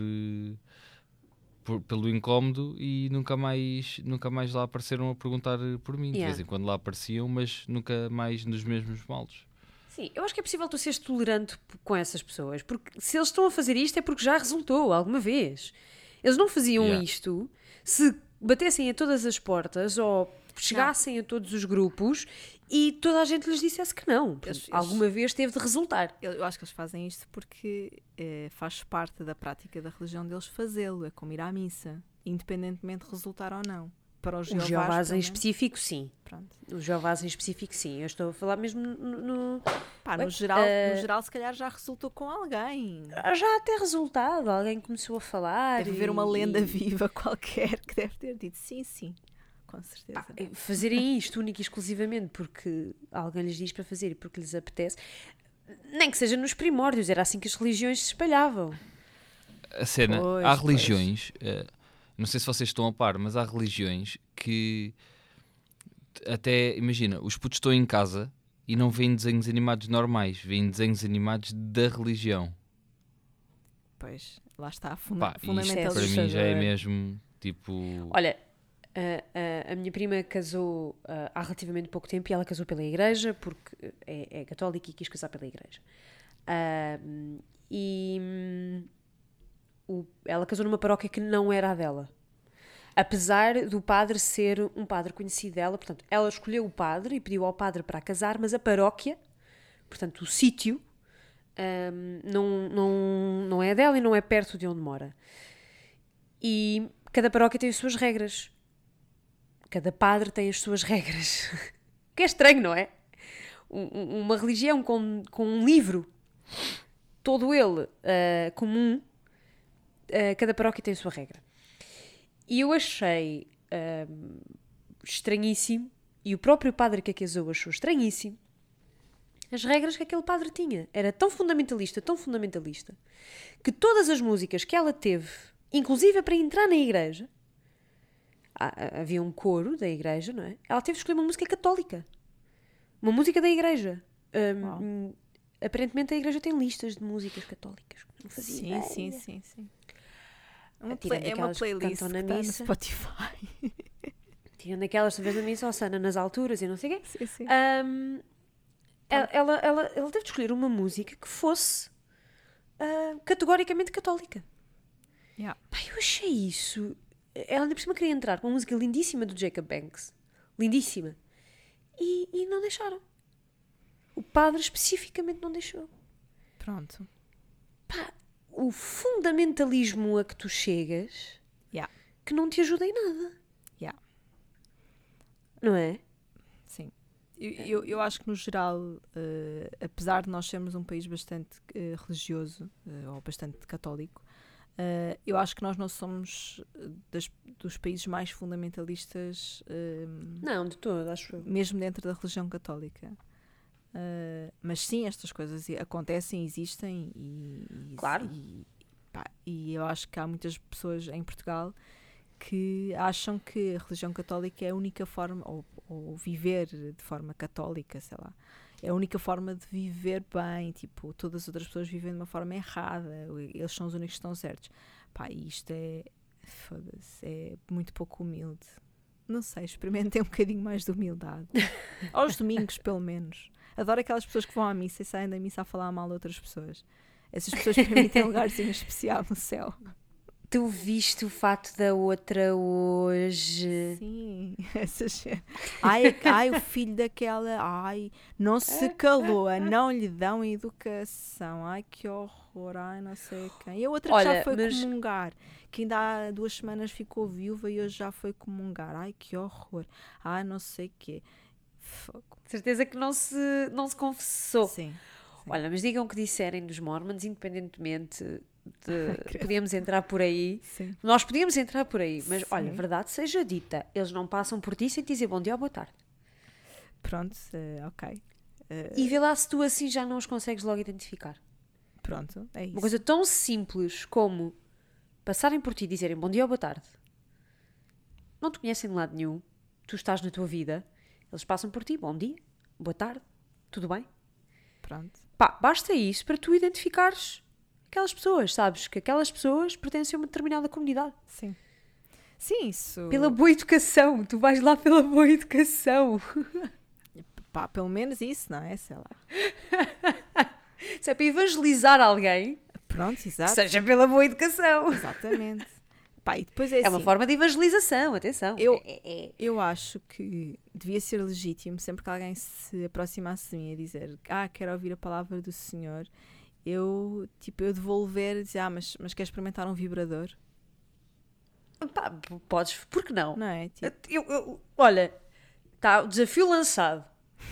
pelo incómodo e nunca mais lá apareceram a perguntar por mim. De Yeah. vez em quando lá apareciam, mas nunca mais nos mesmos moldes. Sim, eu acho que é possível tu seres tolerante com essas pessoas, porque se eles estão a fazer isto é porque já resultou alguma vez. Eles não faziam Yeah. isto se batessem a todas as portas ou chegassem a todos os grupos e toda a gente lhes dissesse que não. Eles- Alguma vez teve de resultar. Eu acho que eles fazem isto porque faz parte da prática da religião deles fazê-lo. É como ir à missa, independentemente de resultar ou não. Para os Os Jeovás, Jeovás pelo em menos, específico, sim. pronto. Os Jeovás em específico, sim. Eu estou a falar mesmo Pá, Ué, no geral, se calhar já resultou com alguém. Já até resultado. Alguém começou a falar. Deve haver uma lenda viva qualquer que deve ter dito sim, sim. Com certeza. Fazerem isto única e exclusivamente porque alguém lhes diz para fazer e porque lhes apetece, nem que seja nos primórdios, era assim que as religiões se espalhavam. A cena, Pois, há pois. religiões, não sei se vocês estão a par, mas há religiões que até, imagina, os putos estão em casa e não veem desenhos animados normais, veem desenhos animados da religião. Pois, lá está, Pá, isto fundamentalista. para mim já é assustador. mesmo tipo. Olha, a minha prima casou há relativamente pouco tempo e ela casou pela igreja porque é católica e quis casar pela igreja. Ela casou numa paróquia que não era a dela. Apesar do padre ser um padre conhecido dela, portanto, ela escolheu o padre e pediu ao padre para a casar, mas a paróquia, portanto, o sítio, não é dela e não é perto de onde mora. E cada paróquia tem as suas regras. Cada padre tem as suas regras. O que é estranho, não é? Uma religião com um livro, todo ele comum, cada paróquia tem a sua regra. E eu achei estranhíssimo, e o próprio padre que a casou achou estranhíssimo, as regras que aquele padre tinha. Era tão fundamentalista, que todas as músicas que ela teve, inclusive para entrar na igreja, havia um coro da igreja, não é? Ela teve de escolher uma música católica. Uma música da igreja. Aparentemente a igreja tem listas de músicas católicas. Não fazia Sim, ideia. sim. É uma Tirando playlist aquelas que que cantam está na no missa. Spotify. Tirando aquelas talvez da missa, ou sana nas alturas e não sei o quê. Sim, sim. Ela teve de escolher uma música que fosse categoricamente católica. Yeah. Pá, eu achei isso. Ela ainda por cima queria entrar com uma música lindíssima do Jacob Banks. Lindíssima. E não deixaram. O padre especificamente não deixou. Pronto. Pá, o fundamentalismo a que tu chegas Yeah. que não te ajuda em nada. Yeah. Não é? Sim. Eu acho que no geral, apesar de nós sermos um país bastante religioso, ou bastante católico, eu acho que nós não somos dos países mais fundamentalistas, Não, de todo, acho eu. mesmo dentro da religião católica. Mas sim, estas coisas acontecem, existem Claro. E eu acho que há muitas pessoas em Portugal que acham que a religião católica é a única forma, ou viver de forma católica, sei lá, é a única forma de viver bem, tipo, todas as outras pessoas vivem de uma forma errada, eles são os únicos que estão certos. Pá, isto é, foda-se, é muito pouco humilde. não sei, experimentem um bocadinho mais de humildade. Aos domingos, pelo menos. Adoro aquelas pessoas que vão à missa e saem da missa a falar mal de outras pessoas. Essas pessoas para mim têm um lugarzinho especial no céu. Tu viste o fato da outra hoje? Sim, essas... Ai, o filho daquela, ai, não se calou, não lhe dão educação, ai que horror, ai não sei quem. E a outra que já foi comungar, que ainda há 2 semanas ficou viúva e hoje já foi comungar, ai que horror, ai não sei quê. Fogo. Certeza que não se confessou. Sim. Olha, mas digam o que disserem dos Mormons, independentemente de... Podíamos entrar por aí. Sim. Nós podíamos entrar por aí, mas Sim. olha, verdade seja dita, eles não passam por ti sem te dizer bom dia ou boa tarde. Pronto, ok. E vê lá se tu assim já não os consegues logo identificar. Pronto, é isso. Uma coisa tão simples como passarem por ti e dizerem bom dia ou boa tarde. Não te conhecem de lado nenhum, tu estás na tua vida, eles passam por ti, bom dia, boa tarde, tudo bem? Pronto. Pá, basta isso para tu identificares aquelas pessoas, sabes? Que aquelas pessoas pertencem a uma determinada comunidade. Sim. Sim, isso... Pela boa educação, tu vais lá pela boa educação. Pá, pelo menos isso, não é? Sei lá. Se é para evangelizar alguém, Pronto, que exato. seja pela boa educação. Exatamente. Pá, e depois É uma assim, forma de evangelização, atenção. eu acho que devia ser legítimo sempre que alguém se aproximasse de mim a dizer quero ouvir a palavra do Senhor, eu devolver e dizer, mas queres experimentar um vibrador? Pá, podes, por que não? Não é? Tipo, Olha, está o desafio lançado.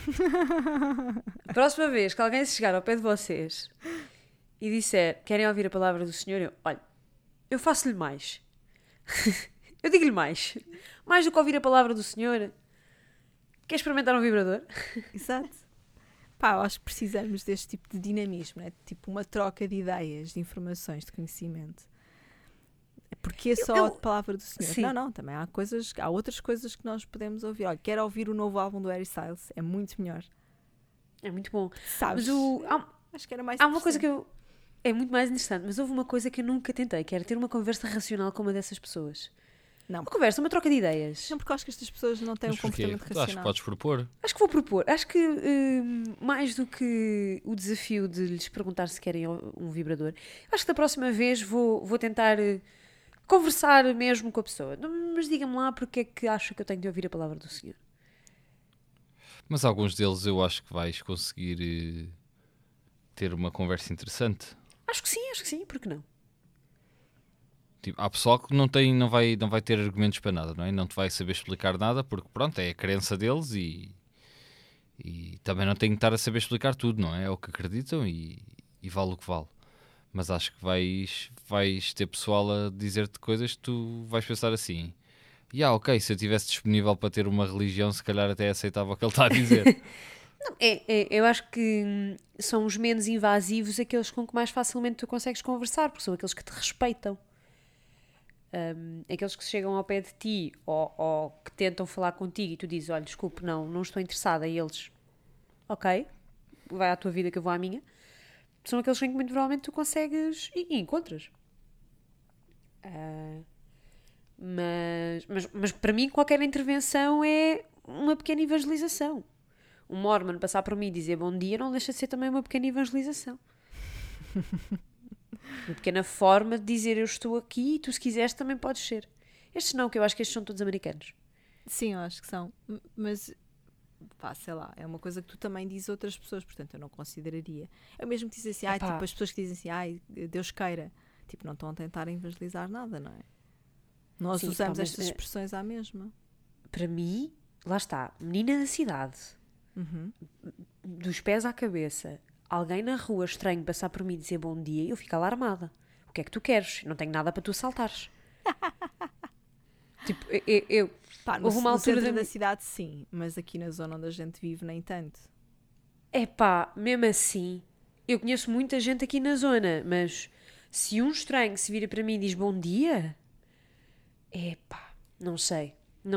A próxima vez que alguém se chegar ao pé de vocês e disser, querem ouvir a palavra do Senhor, eu faço-lhe mais. Eu digo-lhe mais. Mais do que ouvir a palavra do Senhor. Quer experimentar um vibrador? exato. Pá, eu acho que precisamos deste tipo de dinamismo, né? Tipo uma troca de ideias, de informações, de conhecimento. Porque é só a palavra do Senhor. Sim. Não, também há outras coisas que nós podemos ouvir. Olha, quero ouvir o novo álbum do Harry Styles, é muito melhor. É muito bom. Sabes? Mas acho que era mais há uma coisa interessante. que é muito mais interessante, mas houve uma coisa que eu nunca tentei, que era ter uma conversa racional com uma dessas pessoas. Não. Uma conversa, uma troca de ideias. Não, porque eu acho que estas pessoas não têm um Mas porquê? comportamento Tu acho que racional. podes propor. Acho que vou propor. Acho que mais do que o desafio de lhes perguntar se querem um vibrador, acho que da próxima vez vou tentar conversar mesmo com a pessoa. Mas diga-me lá porque é que acha que eu tenho de ouvir a palavra do Senhor. Mas alguns deles eu acho que vais conseguir ter uma conversa interessante. Acho que sim, por que não? Tipo, há pessoal que não vai ter argumentos para nada, não é? Não te vai saber explicar nada porque, pronto, é a crença deles e também não tem que estar a saber explicar tudo, não é? É o que acreditam e vale o que vale. Mas acho que vais ter pessoal a dizer-te coisas que tu vais pensar assim: ok, se eu estivesse disponível para ter uma religião, se calhar até aceitava o que ele está a dizer. Não, eu acho que são os menos invasivos aqueles com que mais facilmente tu consegues conversar, porque são aqueles que te respeitam. Aqueles que chegam ao pé de ti ou que tentam falar contigo e tu dizes, olha, desculpe, não estou interessada, e eles, ok, vai à tua vida que eu vou à minha, são aqueles em que muito provavelmente tu consegues e encontras. Mas para mim qualquer intervenção é uma pequena evangelização. Um Mormon passar por mim e dizer bom dia não deixa de ser também uma pequena evangelização. Uma pequena forma de dizer eu estou aqui e tu se quiseres também podes ser. Estes não, que eu acho que estes são todos americanos. Sim, eu acho que são. Mas, pá, sei lá, é uma coisa que tu também dizes a outras pessoas, portanto eu não consideraria. É o mesmo que dizem assim, tipo, as pessoas que dizem assim, Deus queira. Tipo, não estão a tentar evangelizar nada, não é? Nós usamos estas expressões à mesma. Para mim, lá está, menina da cidade, dos pés à cabeça, alguém na rua estranho passar por mim e dizer bom dia, eu fico alarmada. O que é que tu queres? Eu não tenho nada para tu saltares. Tipo, Pá, houve uma altura centro da cidade sim, mas aqui na zona onde a gente vive nem tanto. Mesmo assim, eu conheço muita gente aqui na zona, mas se um estranho se vira para mim e diz bom dia, não sei.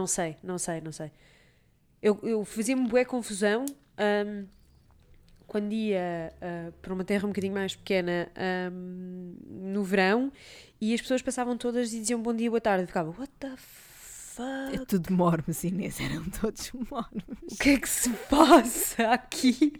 Eu fazia-me bué confusão quando ia para uma terra um bocadinho mais pequena no verão e as pessoas passavam todas e diziam bom dia, boa tarde. Eu ficava, what the fuck? É tudo mormos, Inês, eram todos mormos. O que é que se passa aqui?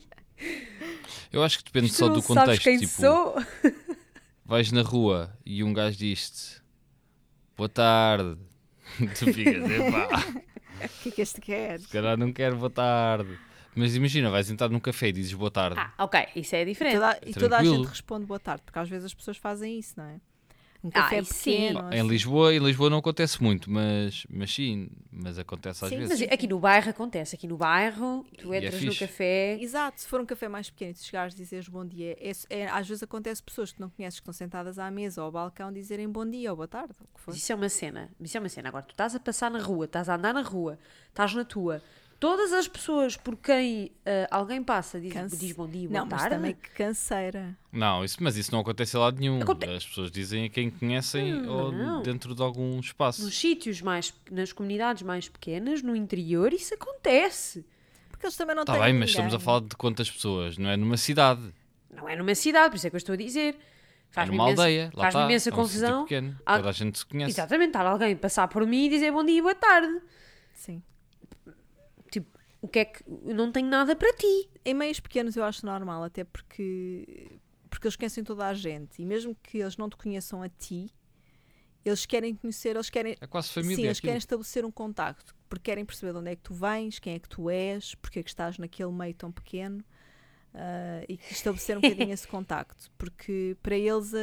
Eu acho que depende Tu só não do sabes contexto. quem Tipo, sou? vais na rua e um gajo diz-te boa tarde. Tu ficas, epá, O que é que este quer? se calhar não quero boa tarde. Mas imagina, vais entrar num café e dizes boa tarde. Ok, isso é diferente. E toda a Tranquilo. gente responde boa tarde, porque às vezes as pessoas fazem isso, não é? Um café isso sim. pequeno. Em assim. Lisboa não acontece muito, mas sim, mas acontece às Sim, vezes. Mas aqui no bairro acontece. Aqui no bairro, tu E é entras no fixe. café. Exato, se for um café mais pequeno e tu chegares e dizeres bom dia, às vezes acontece pessoas que não conheces que estão sentadas à mesa ou ao balcão dizerem bom dia ou boa tarde, ou o que for. Isso é uma cena. Agora, tu estás a passar na rua, estás a andar na rua, estás na tua. Todas as pessoas por quem alguém passa diz bom dia, boa Não, mas tarde. também que canseira. Não, mas isso não acontece em lado nenhum. Aconte- As pessoas dizem a quem conhecem ou Não. dentro de algum espaço. Nos sítios nas comunidades mais pequenas, no interior, isso acontece. Porque eles também não Está têm bem, mas ninguém. estamos a falar de quantas pessoas, não é numa cidade. Não é numa cidade, por isso é que eu estou a dizer. É Faz-me numa imensa- aldeia. Lá Faz-me está. imensa É um sítio confusão. pequeno. Ah, Toda a gente se conhece. Exatamente, estar alguém passar por mim e dizer bom dia e boa tarde. Sim. Tipo, o que é que. Eu não tenho nada para ti. Em meios pequenos eu acho normal, até porque eles conhecem toda a gente e mesmo que eles não te conheçam a ti, eles querem conhecer, eles querem. É quase família. Sim, eles aquilo. querem estabelecer um contacto, porque querem perceber de onde é que tu vens, quem é que tu és, porque é que estás naquele meio tão pequeno e que estabelecer um bocadinho esse contacto, porque para eles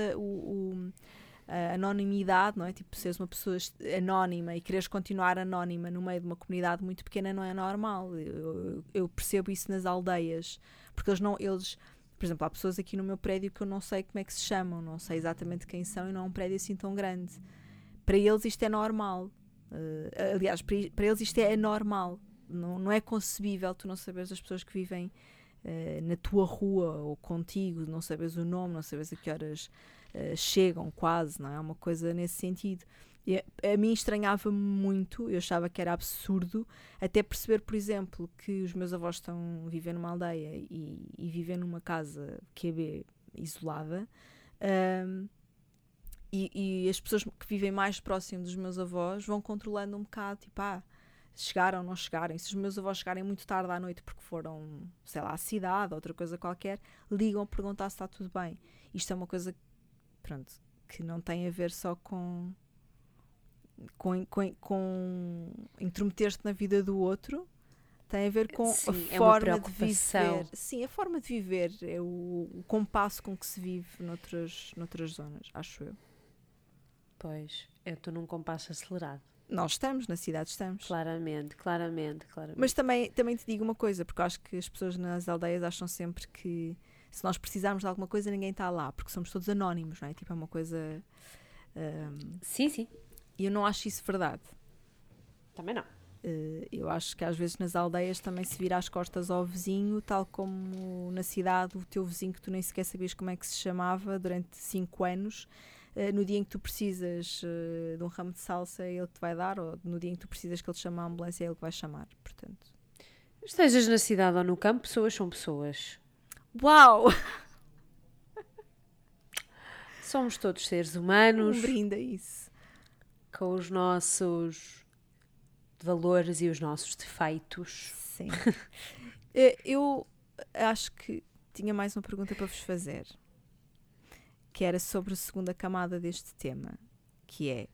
a anonimidade, não é? Tipo, seres uma pessoa anónima e quereres continuar anónima no meio de uma comunidade muito pequena não é normal. Eu percebo isso nas aldeias, porque por exemplo, há pessoas aqui no meu prédio que eu não sei como é que se chamam, não sei exatamente quem são e não é um prédio assim tão grande. Para eles isto é normal. Aliás, para eles isto é anormal. Não é concebível tu não saberes as pessoas que vivem na tua rua ou contigo, não sabes o nome, não sabes a que horas chegam quase, não é? Uma coisa nesse sentido. E a mim estranhava-me muito, eu achava que era absurdo, até perceber, por exemplo, que os meus avós estão a viver numa aldeia e vivem numa casa QB isolada, e as pessoas que vivem mais próximo dos meus avós vão controlando um bocado, tipo, chegaram ou não chegarem. Se os meus avós chegarem muito tarde à noite porque foram, sei lá, à cidade ou outra coisa qualquer, ligam a perguntar se está tudo bem. Isto é uma coisa, pronto, que não tem a ver só com intrometer-te na vida do outro, tem a ver com Sim, a é uma forma de preocupação. viver. Sim, a forma de viver é o compasso com que se vive noutras zonas, acho eu. Pois, eu estou num compasso acelerado. Nós estamos, na cidade estamos. Claramente. Mas também te digo uma coisa, porque eu acho que as pessoas nas aldeias acham sempre que se nós precisarmos de alguma coisa ninguém está lá, porque somos todos anónimos, não é? Tipo, é uma coisa... Sim. E eu não acho isso verdade. Também não. Eu acho que às vezes nas aldeias também se vira as costas ao vizinho, tal como na cidade o teu vizinho que tu nem sequer sabias como é que se chamava durante 5 anos, no dia em que tu precisas de um ramo de salsa ele te vai dar, ou no dia em que tu precisas que ele te chame a ambulância ele te vai chamar, portanto. Estejas na cidade ou no campo, pessoas são pessoas. Uau! Somos todos seres humanos, Um brinde a isso. com os nossos valores e os nossos defeitos. Sim. Eu acho que tinha mais uma pergunta para vos fazer, que era sobre a segunda camada deste tema, que é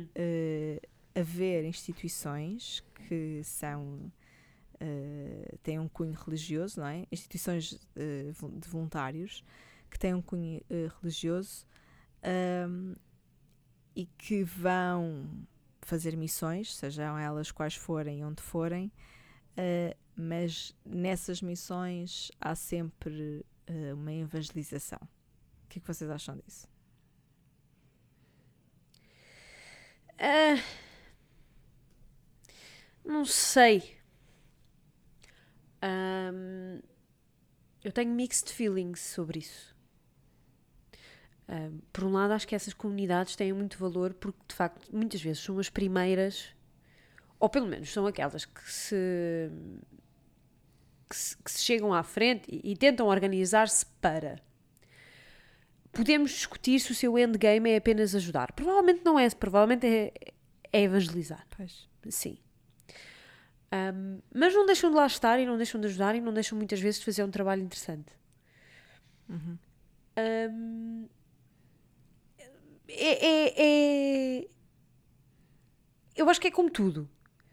haver instituições que são têm um cunho religioso, não é? Instituições de voluntários que têm um cunho religioso e que vão fazer missões, sejam elas quais forem, onde forem, mas nessas missões há sempre uma evangelização. O que é que vocês acham disso? Não sei. Eu tenho mixed feelings sobre isso. Por um lado, acho que essas comunidades têm muito valor porque, de facto, muitas vezes são as primeiras, ou pelo menos são aquelas que se chegam à frente e tentam organizar-se para. Podemos discutir se o seu endgame é apenas ajudar. Provavelmente não é, provavelmente é evangelizar. Pois. Sim. Mas não deixam de lá estar e não deixam de ajudar e não deixam muitas vezes de fazer um trabalho interessante. Eu acho que é como tudo.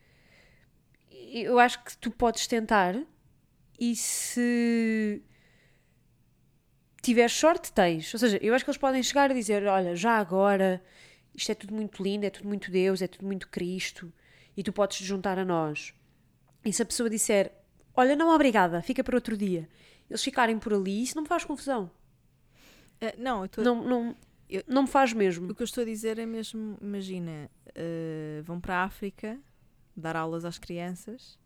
Eu acho que tu podes tentar e se tiveres sorte, tens. Ou seja, eu acho que eles podem chegar a dizer, olha, já agora isto é tudo muito lindo, é tudo muito Deus, é tudo muito Cristo e tu podes te juntar a nós. E se a pessoa disser, olha, não, obrigada, fica para outro dia, eles ficarem por ali, isso não me faz confusão. Não, não me faz mesmo. O que eu estou a dizer é mesmo, imagina, vão para a África dar aulas às crianças,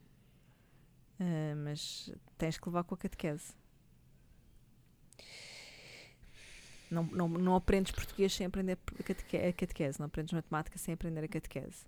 mas tens que levar com a catequese. Não aprendes português sem aprender a catequese, não aprendes matemática sem aprender a catequese.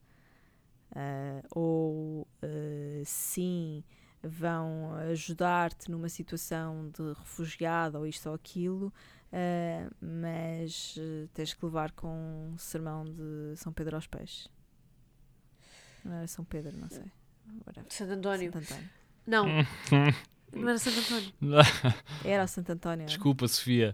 Sim, vão ajudar-te numa situação de refugiado ou isto ou aquilo, mas tens que levar com um sermão de São Pedro aos pés. Não era São Pedro, não sei. Santo António. Santo António. Não, não era Santo António. Era o Santo António. Desculpa, Sofia.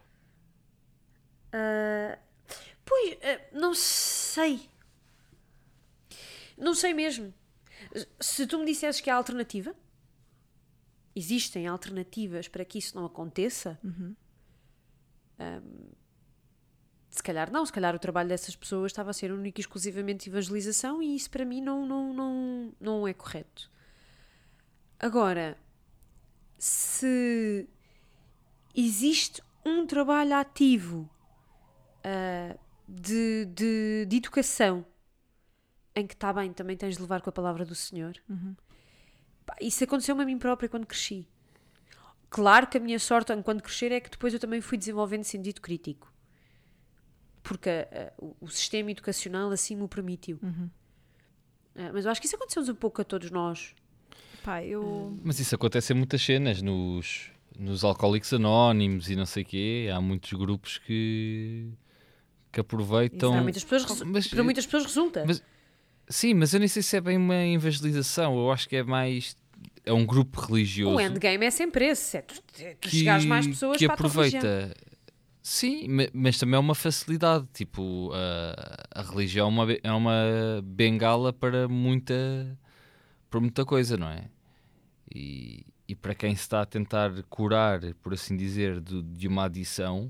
Não sei. Não sei mesmo. Se tu me dissesses que há alternativa, existem alternativas para que isso não aconteça, se calhar não. Se calhar o trabalho dessas pessoas estava a ser único e exclusivamente evangelização e isso para mim não é correto. Agora, se existe um trabalho ativo de educação em que está bem, também tens de levar com a palavra do Senhor. Isso aconteceu-me a mim própria quando cresci. Claro que a minha sorte enquanto crescer é que depois eu também fui desenvolvendo sentido crítico, porque o sistema educacional assim me o permitiu. Mas eu acho que isso aconteceu um pouco a todos nós. Mas isso acontece em muitas cenas, nos Alcoólicos Anónimos e não sei o quê. Há muitos grupos que aproveitam. Para muitas pessoas resulta. Sim, mas eu nem sei se é bem uma evangelização. Eu acho que é mais... É um grupo religioso. O endgame é sempre esse. Tu chegares mais pessoas que para aproveita. a tua religião. Sim, mas também é uma facilidade. Tipo, a religião é uma bengala para muita coisa, não é? E para quem se está a tentar curar, por assim dizer, de uma adição,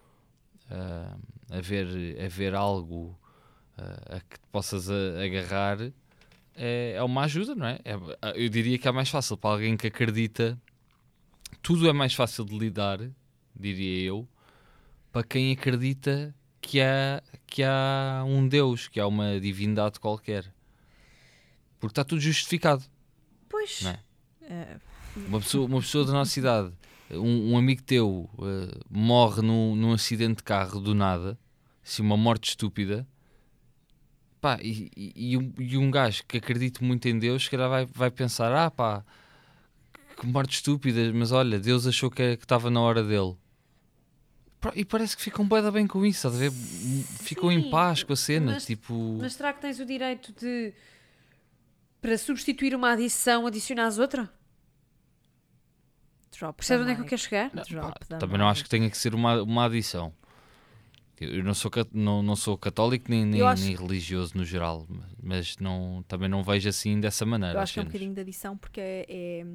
haver algo a que te possas agarrar é uma ajuda, não é? Eu diria que é mais fácil para alguém que acredita. Tudo é mais fácil de lidar, diria eu, para quem acredita que há um Deus, que há uma divindade qualquer. Porque está tudo justificado. Pois. Não é? Uma pessoa da nossa idade, um amigo teu morre num acidente de carro do nada, assim, uma morte estúpida. Pá, e um gajo que acredita muito em Deus, se calhar vai pensar, que morte estúpida, mas olha, Deus achou que estava na hora dele. E parece que ficam bem com isso, estás a ver? Ficam em paz com a cena. Mas será que tens o direito de, para substituir uma adição, adicionares outra? Percebes onde é que eu quero chegar? Também não acho que tenha que ser uma adição. Eu não sou católico nem religioso no geral, mas também não vejo assim dessa maneira. Eu acho que é um bocadinho de adição porque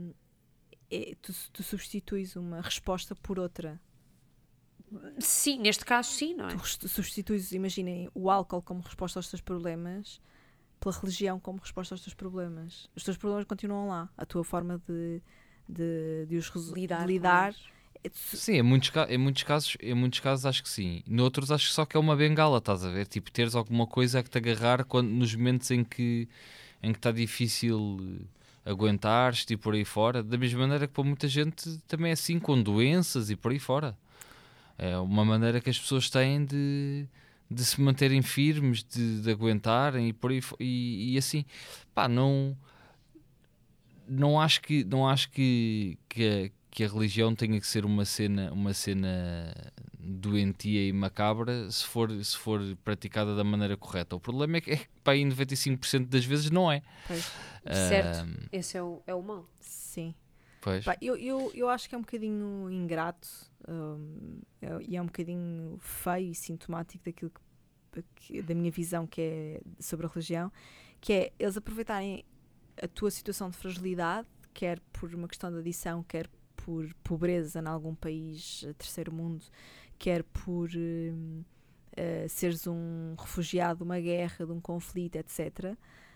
tu substituis uma resposta por outra. Sim, neste caso sim, não é? Tu substituis, imaginem, o álcool como resposta aos teus problemas pela religião como resposta aos teus problemas. Os teus problemas continuam lá. A tua forma de os lidar. Sim, em muitos casos acho que sim. Noutros acho que só que é uma bengala, estás a ver? Tipo, teres alguma coisa a que te agarrar nos momentos em que está difícil aguentar-te e por aí fora. Da mesma maneira que para muita gente também é assim, com doenças e por aí fora. É uma maneira que as pessoas têm de se manterem firmes, de aguentarem e por aí e assim. Pá, não acho que que a religião tenha que ser uma cena doentia e macabra se for praticada da maneira correta. O problema é que pá, em 95% das vezes não é. Pois. Certo, esse é o mal. Sim. Pois. Pá, eu acho que é um bocadinho ingrato e é um bocadinho feio e sintomático daquilo da minha visão que é sobre a religião, que é eles aproveitarem a tua situação de fragilidade, quer por uma questão de adição, quer por pobreza em algum país terceiro mundo, quer por seres um refugiado de uma guerra, de um conflito, etc.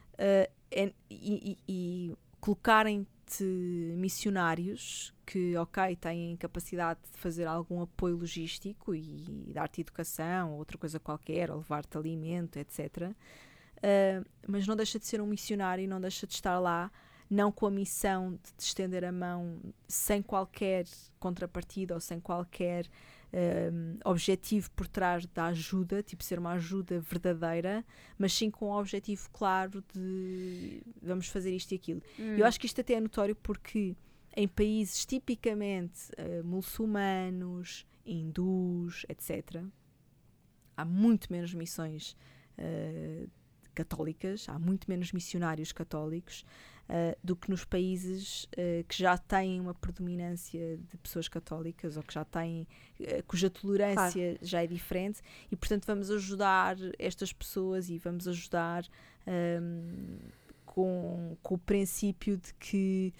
E colocarem-te missionários que, ok, têm capacidade de fazer algum apoio logístico e dar-te educação ou outra coisa qualquer, ou levar-te alimento, etc. Mas não deixa de ser um missionário e não deixa de estar lá, não com a missão de te estender a mão sem qualquer contrapartida ou sem qualquer objetivo por trás da ajuda, tipo ser uma ajuda verdadeira, mas sim com o objetivo claro de vamos fazer isto e aquilo. Eu acho que isto até é notório porque em países tipicamente muçulmanos, hindus, etc., há muito menos missões católicas, há muito menos missionários católicos do que nos países que já têm uma predominância de pessoas católicas ou que já têm, cuja tolerância já é diferente, e portanto vamos ajudar estas pessoas e vamos ajudar com o princípio de que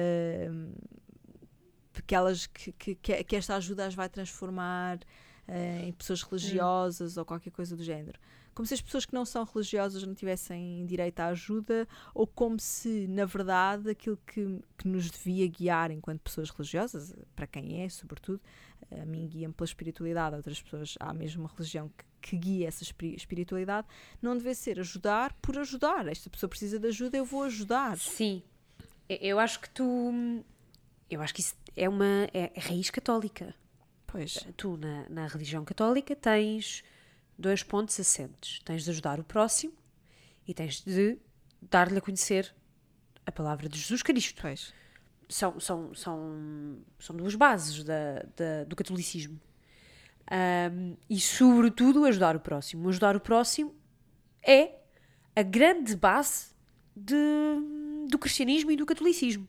que esta ajuda as vai transformar em pessoas religiosas ou qualquer coisa do género. Como se as pessoas que não são religiosas não tivessem direito à ajuda, ou como se, na verdade, aquilo que nos devia guiar enquanto pessoas religiosas, para quem é, sobretudo, a mim guia-me pela espiritualidade, a outras pessoas há mesmo uma religião que guia essa espiritualidade, não deve ser ajudar por ajudar. Esta pessoa precisa de ajuda, eu vou ajudar. Sim, eu acho que isso é raiz católica. Pois. Tu, na religião católica, tens 2 pontos assentes. Tens de ajudar o próximo e tens de dar-lhe a conhecer a palavra de Jesus Cristo. Pois. São 2 bases do catolicismo. E, sobretudo, ajudar o próximo. Ajudar o próximo é a grande base do cristianismo e do catolicismo.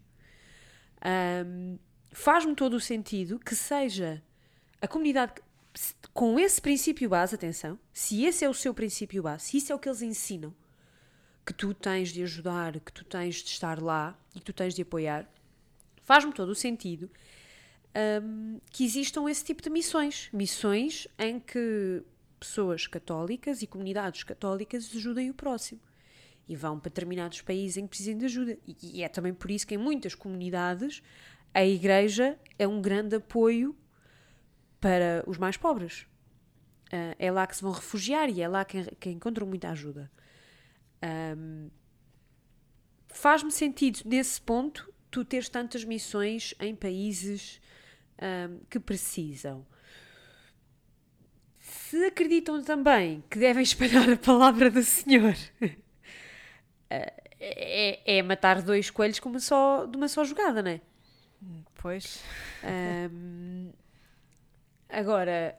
Faz-me todo o sentido que seja a comunidade com esse princípio base, atenção, se esse é o seu princípio base, se isso é o que eles ensinam, que tu tens de ajudar, que tu tens de estar lá e que tu tens de apoiar, faz-me todo o sentido que existam esse tipo de missões em que pessoas católicas e comunidades católicas ajudem o próximo e vão para determinados países em que precisem de ajuda, e é também por isso que em muitas comunidades a igreja é um grande apoio para os mais pobres. É lá que se vão refugiar e é lá que encontram muita ajuda. Faz-me sentido, nesse ponto, tu teres tantas missões em países que precisam. Se acreditam também que devem espalhar a palavra do Senhor, é matar 2 coelhos de uma só jogada, não é? Pois. Agora,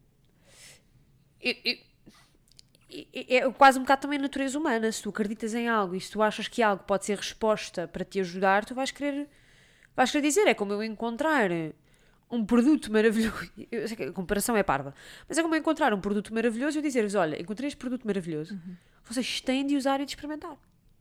é quase um bocado também a natureza humana. Se tu acreditas em algo e se tu achas que algo pode ser resposta para te ajudar, tu vais querer dizer. É como eu encontrar um produto maravilhoso. Eu sei que a comparação é parva, mas é como eu encontrar um produto maravilhoso e eu dizer-vos: olha, encontrei este produto maravilhoso, vocês têm de usar e de experimentar.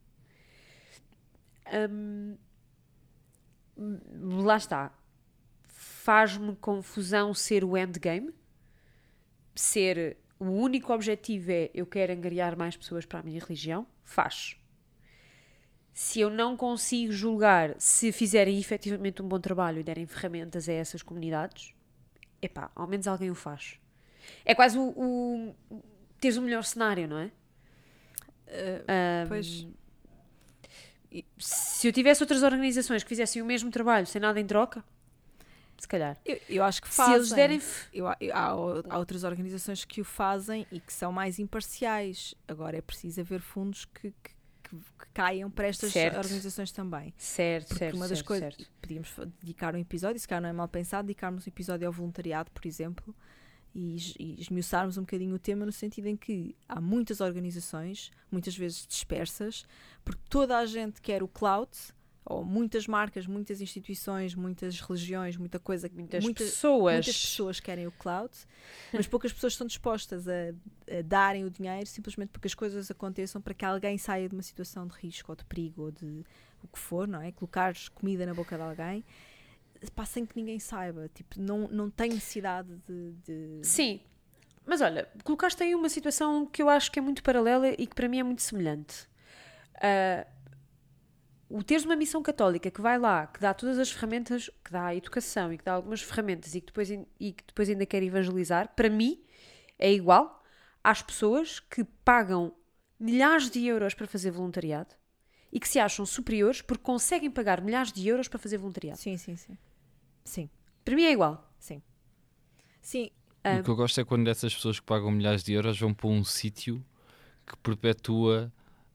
Lá está. Faz-me confusão ser o endgame, ser o único objetivo é eu quero angariar mais pessoas para a minha religião. Faz. Se eu não consigo julgar se fizerem efetivamente um bom trabalho e derem ferramentas a essas comunidades, epá, ao menos alguém o faz. É quase teres o melhor cenário, não é? Pois. Se eu tivesse outras organizações que fizessem o mesmo trabalho sem nada em troca, se calhar. Eu acho que fazem. Se eles derem... Há outras organizações que o fazem e que são mais imparciais. Agora é preciso haver fundos que caiam para estas Certo. organizações também. Certo, Porque certo, uma das certo, coisas, certo. podíamos dedicar um episódio, se calhar não é mal pensado, dedicarmos um episódio ao voluntariado, por exemplo, e esmiuçarmos um bocadinho o tema no sentido em que há muitas organizações, muitas vezes dispersas, porque toda a gente quer o clout, ou muitas marcas, muitas instituições, muitas religiões, muitas Muitas muitas pessoas. pessoas querem o clout, mas poucas pessoas estão dispostas a darem o dinheiro simplesmente porque as coisas aconteçam para que alguém saia de uma situação de risco ou de perigo ou de o que for, não é? Colocar comida na boca de alguém, pá, sem que ninguém saiba, tipo, não tem necessidade de... Sim, mas olha, colocaste aí uma situação que eu acho que é muito paralela e que para mim é muito semelhante. O teres uma missão católica que vai lá, que dá todas as ferramentas, que dá a educação e que dá algumas ferramentas e que depois ainda quer evangelizar, para mim é igual às pessoas que pagam milhares de euros para fazer voluntariado e que se acham superiores porque conseguem pagar milhares de euros para fazer voluntariado. Sim. Sim, Para mim é igual. sim. Sim, O que eu gosto é quando essas pessoas que pagam milhares de euros vão para um sítio que perpetua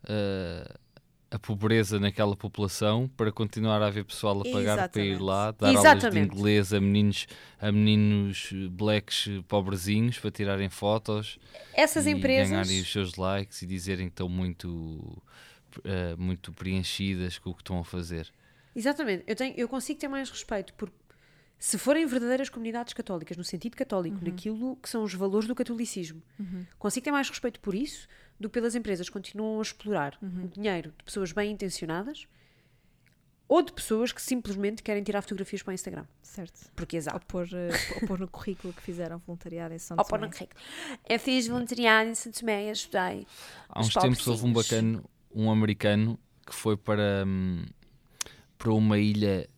a pobreza naquela população para continuar a haver pessoal a pagar para ir Exatamente. lá, dar aulas de Exatamente. inglês a meninos blacks pobrezinhos para tirarem fotos Essas e empresas... ganharem os seus likes e dizerem que estão muito preenchidas com o que estão a fazer. Exatamente. Eu consigo ter mais respeito por se forem verdadeiras comunidades católicas, no sentido católico, naquilo que são os valores do catolicismo. Consigo ter mais respeito por isso do que pelas empresas que continuam a explorar o dinheiro de pessoas bem intencionadas ou de pessoas que simplesmente querem tirar fotografias para o Instagram. certo. Porque exato. Ou pôr no currículo que fizeram voluntariado em São Ou Tomé. pôr no currículo. Eu fiz voluntariado em Santo Tomé e ajudei. Há uns tempos houve um americano que foi para uma ilha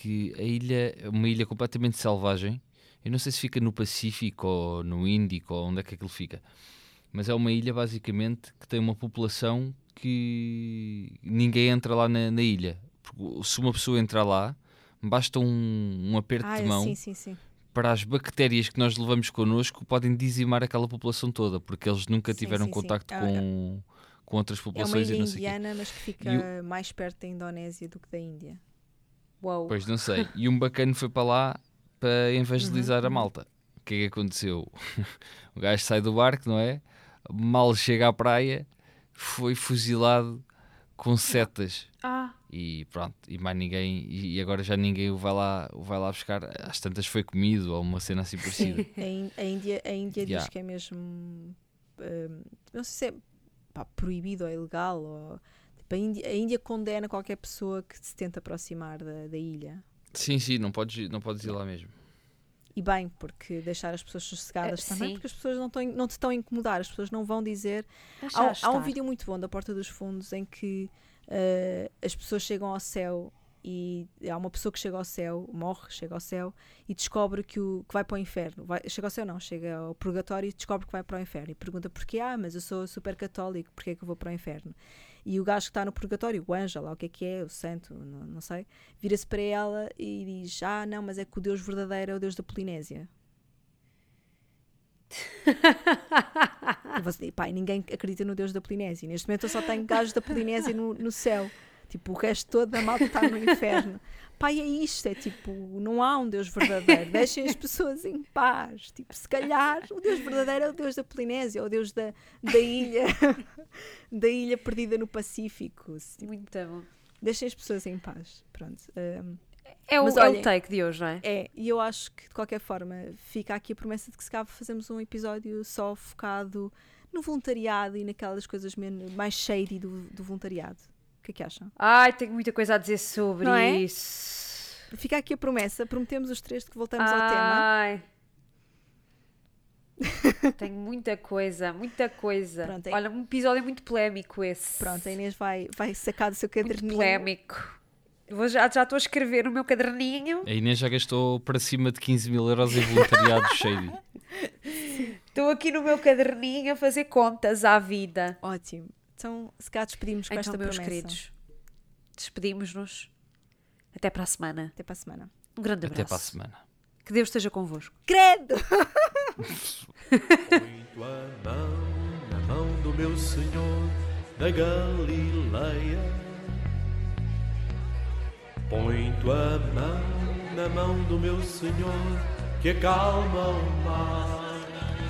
é uma ilha completamente selvagem. Eu não sei se fica no Pacífico ou no Índico ou onde é que aquilo fica, mas é uma ilha basicamente que tem uma população que ninguém entra lá na ilha. Porque se uma pessoa entrar lá, basta um aperto de mão Sim. para as bactérias que nós levamos connosco podem dizimar aquela população toda, porque eles nunca tiveram sim. contacto com outras É uma populações ilha e não sei o quê. indiana, mas que fica mais perto da Indonésia do que da Índia. Uau. Pois não sei. E um bacana foi para lá para evangelizar a malta. O que é que aconteceu? O gajo sai do barco, não é? Mal chega à praia, foi fuzilado com setas. E pronto, e mais ninguém, e agora já ninguém o vai lá buscar. Às tantas foi comido ou uma cena assim parecida. A Índia diz que é mesmo não sei se é proibido ou ilegal ou, tipo, a Índia condena qualquer pessoa que se tenta aproximar da ilha. Sim, não podes ir lá mesmo. E bem, porque deixar as pessoas sossegadas também, sim. porque as pessoas não te estão a incomodar, as pessoas não vão dizer. Há um vídeo muito bom da Porta dos Fundos em que as pessoas chegam ao céu e há uma pessoa que chega ao céu, chega ao céu e descobre que vai para o inferno. Chega ao céu não, chega ao purgatório e descobre que vai para o inferno. E pergunta porquê? Mas eu sou super católico, porquê é que eu vou para o inferno? E o gajo que está no purgatório, o anjo, lá o que é, o santo, não sei, vira-se para ela e diz, não, mas é que o Deus verdadeiro é o Deus da Polinésia. E você, ninguém acredita no Deus da Polinésia. Neste momento eu só tenho gajos da Polinésia no céu. Tipo, o resto todo da malta está no inferno. É isto, é tipo, não há um Deus verdadeiro. Deixem as pessoas em paz. Tipo, se calhar o Deus verdadeiro é o Deus da Polinésia, é o Deus da ilha, da ilha perdida no Pacífico. Tipo, muito bom. Deixem as pessoas em paz. Pronto. É o take de hoje, não é? E eu acho que de qualquer forma fica aqui a promessa de que se calhar fazemos um episódio só focado no voluntariado e naquelas coisas mais shady do voluntariado. O que é que acham? Tenho muita coisa a dizer sobre isso. Fica aqui a promessa, prometemos os três de que voltamos ao tema. Tenho muita coisa. Pronto, Olha, um episódio muito polémico esse. Pronto, a Inês vai sacar do seu caderninho. Muito polémico. Já estou a escrever no meu caderninho. A Inês já gastou para cima de 15 mil euros em voluntariado shady. Estou aqui no meu caderninho a fazer contas à vida. Ótimo. Então, se calhar despedimos com esta meus promessa. Queridos, despedimos-nos. Até para a semana. Até para a semana. Um grande abraço. Até para a semana. Que Deus esteja convosco. Credo! Muito a mão na mão do meu Senhor, da Galileia. Põe tua mão na mão do meu Senhor, que acalma o mar.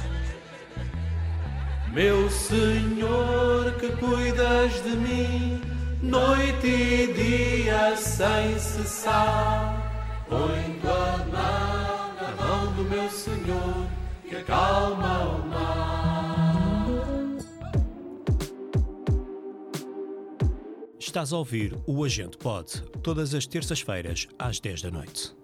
Meu Senhor, que cuidas de mim, noite e dia sem cessar. Põe tua mão na mão do meu Senhor, que acalma o mar. Estás a ouvir o Agente Pod, todas as terças-feiras às 10 da noite.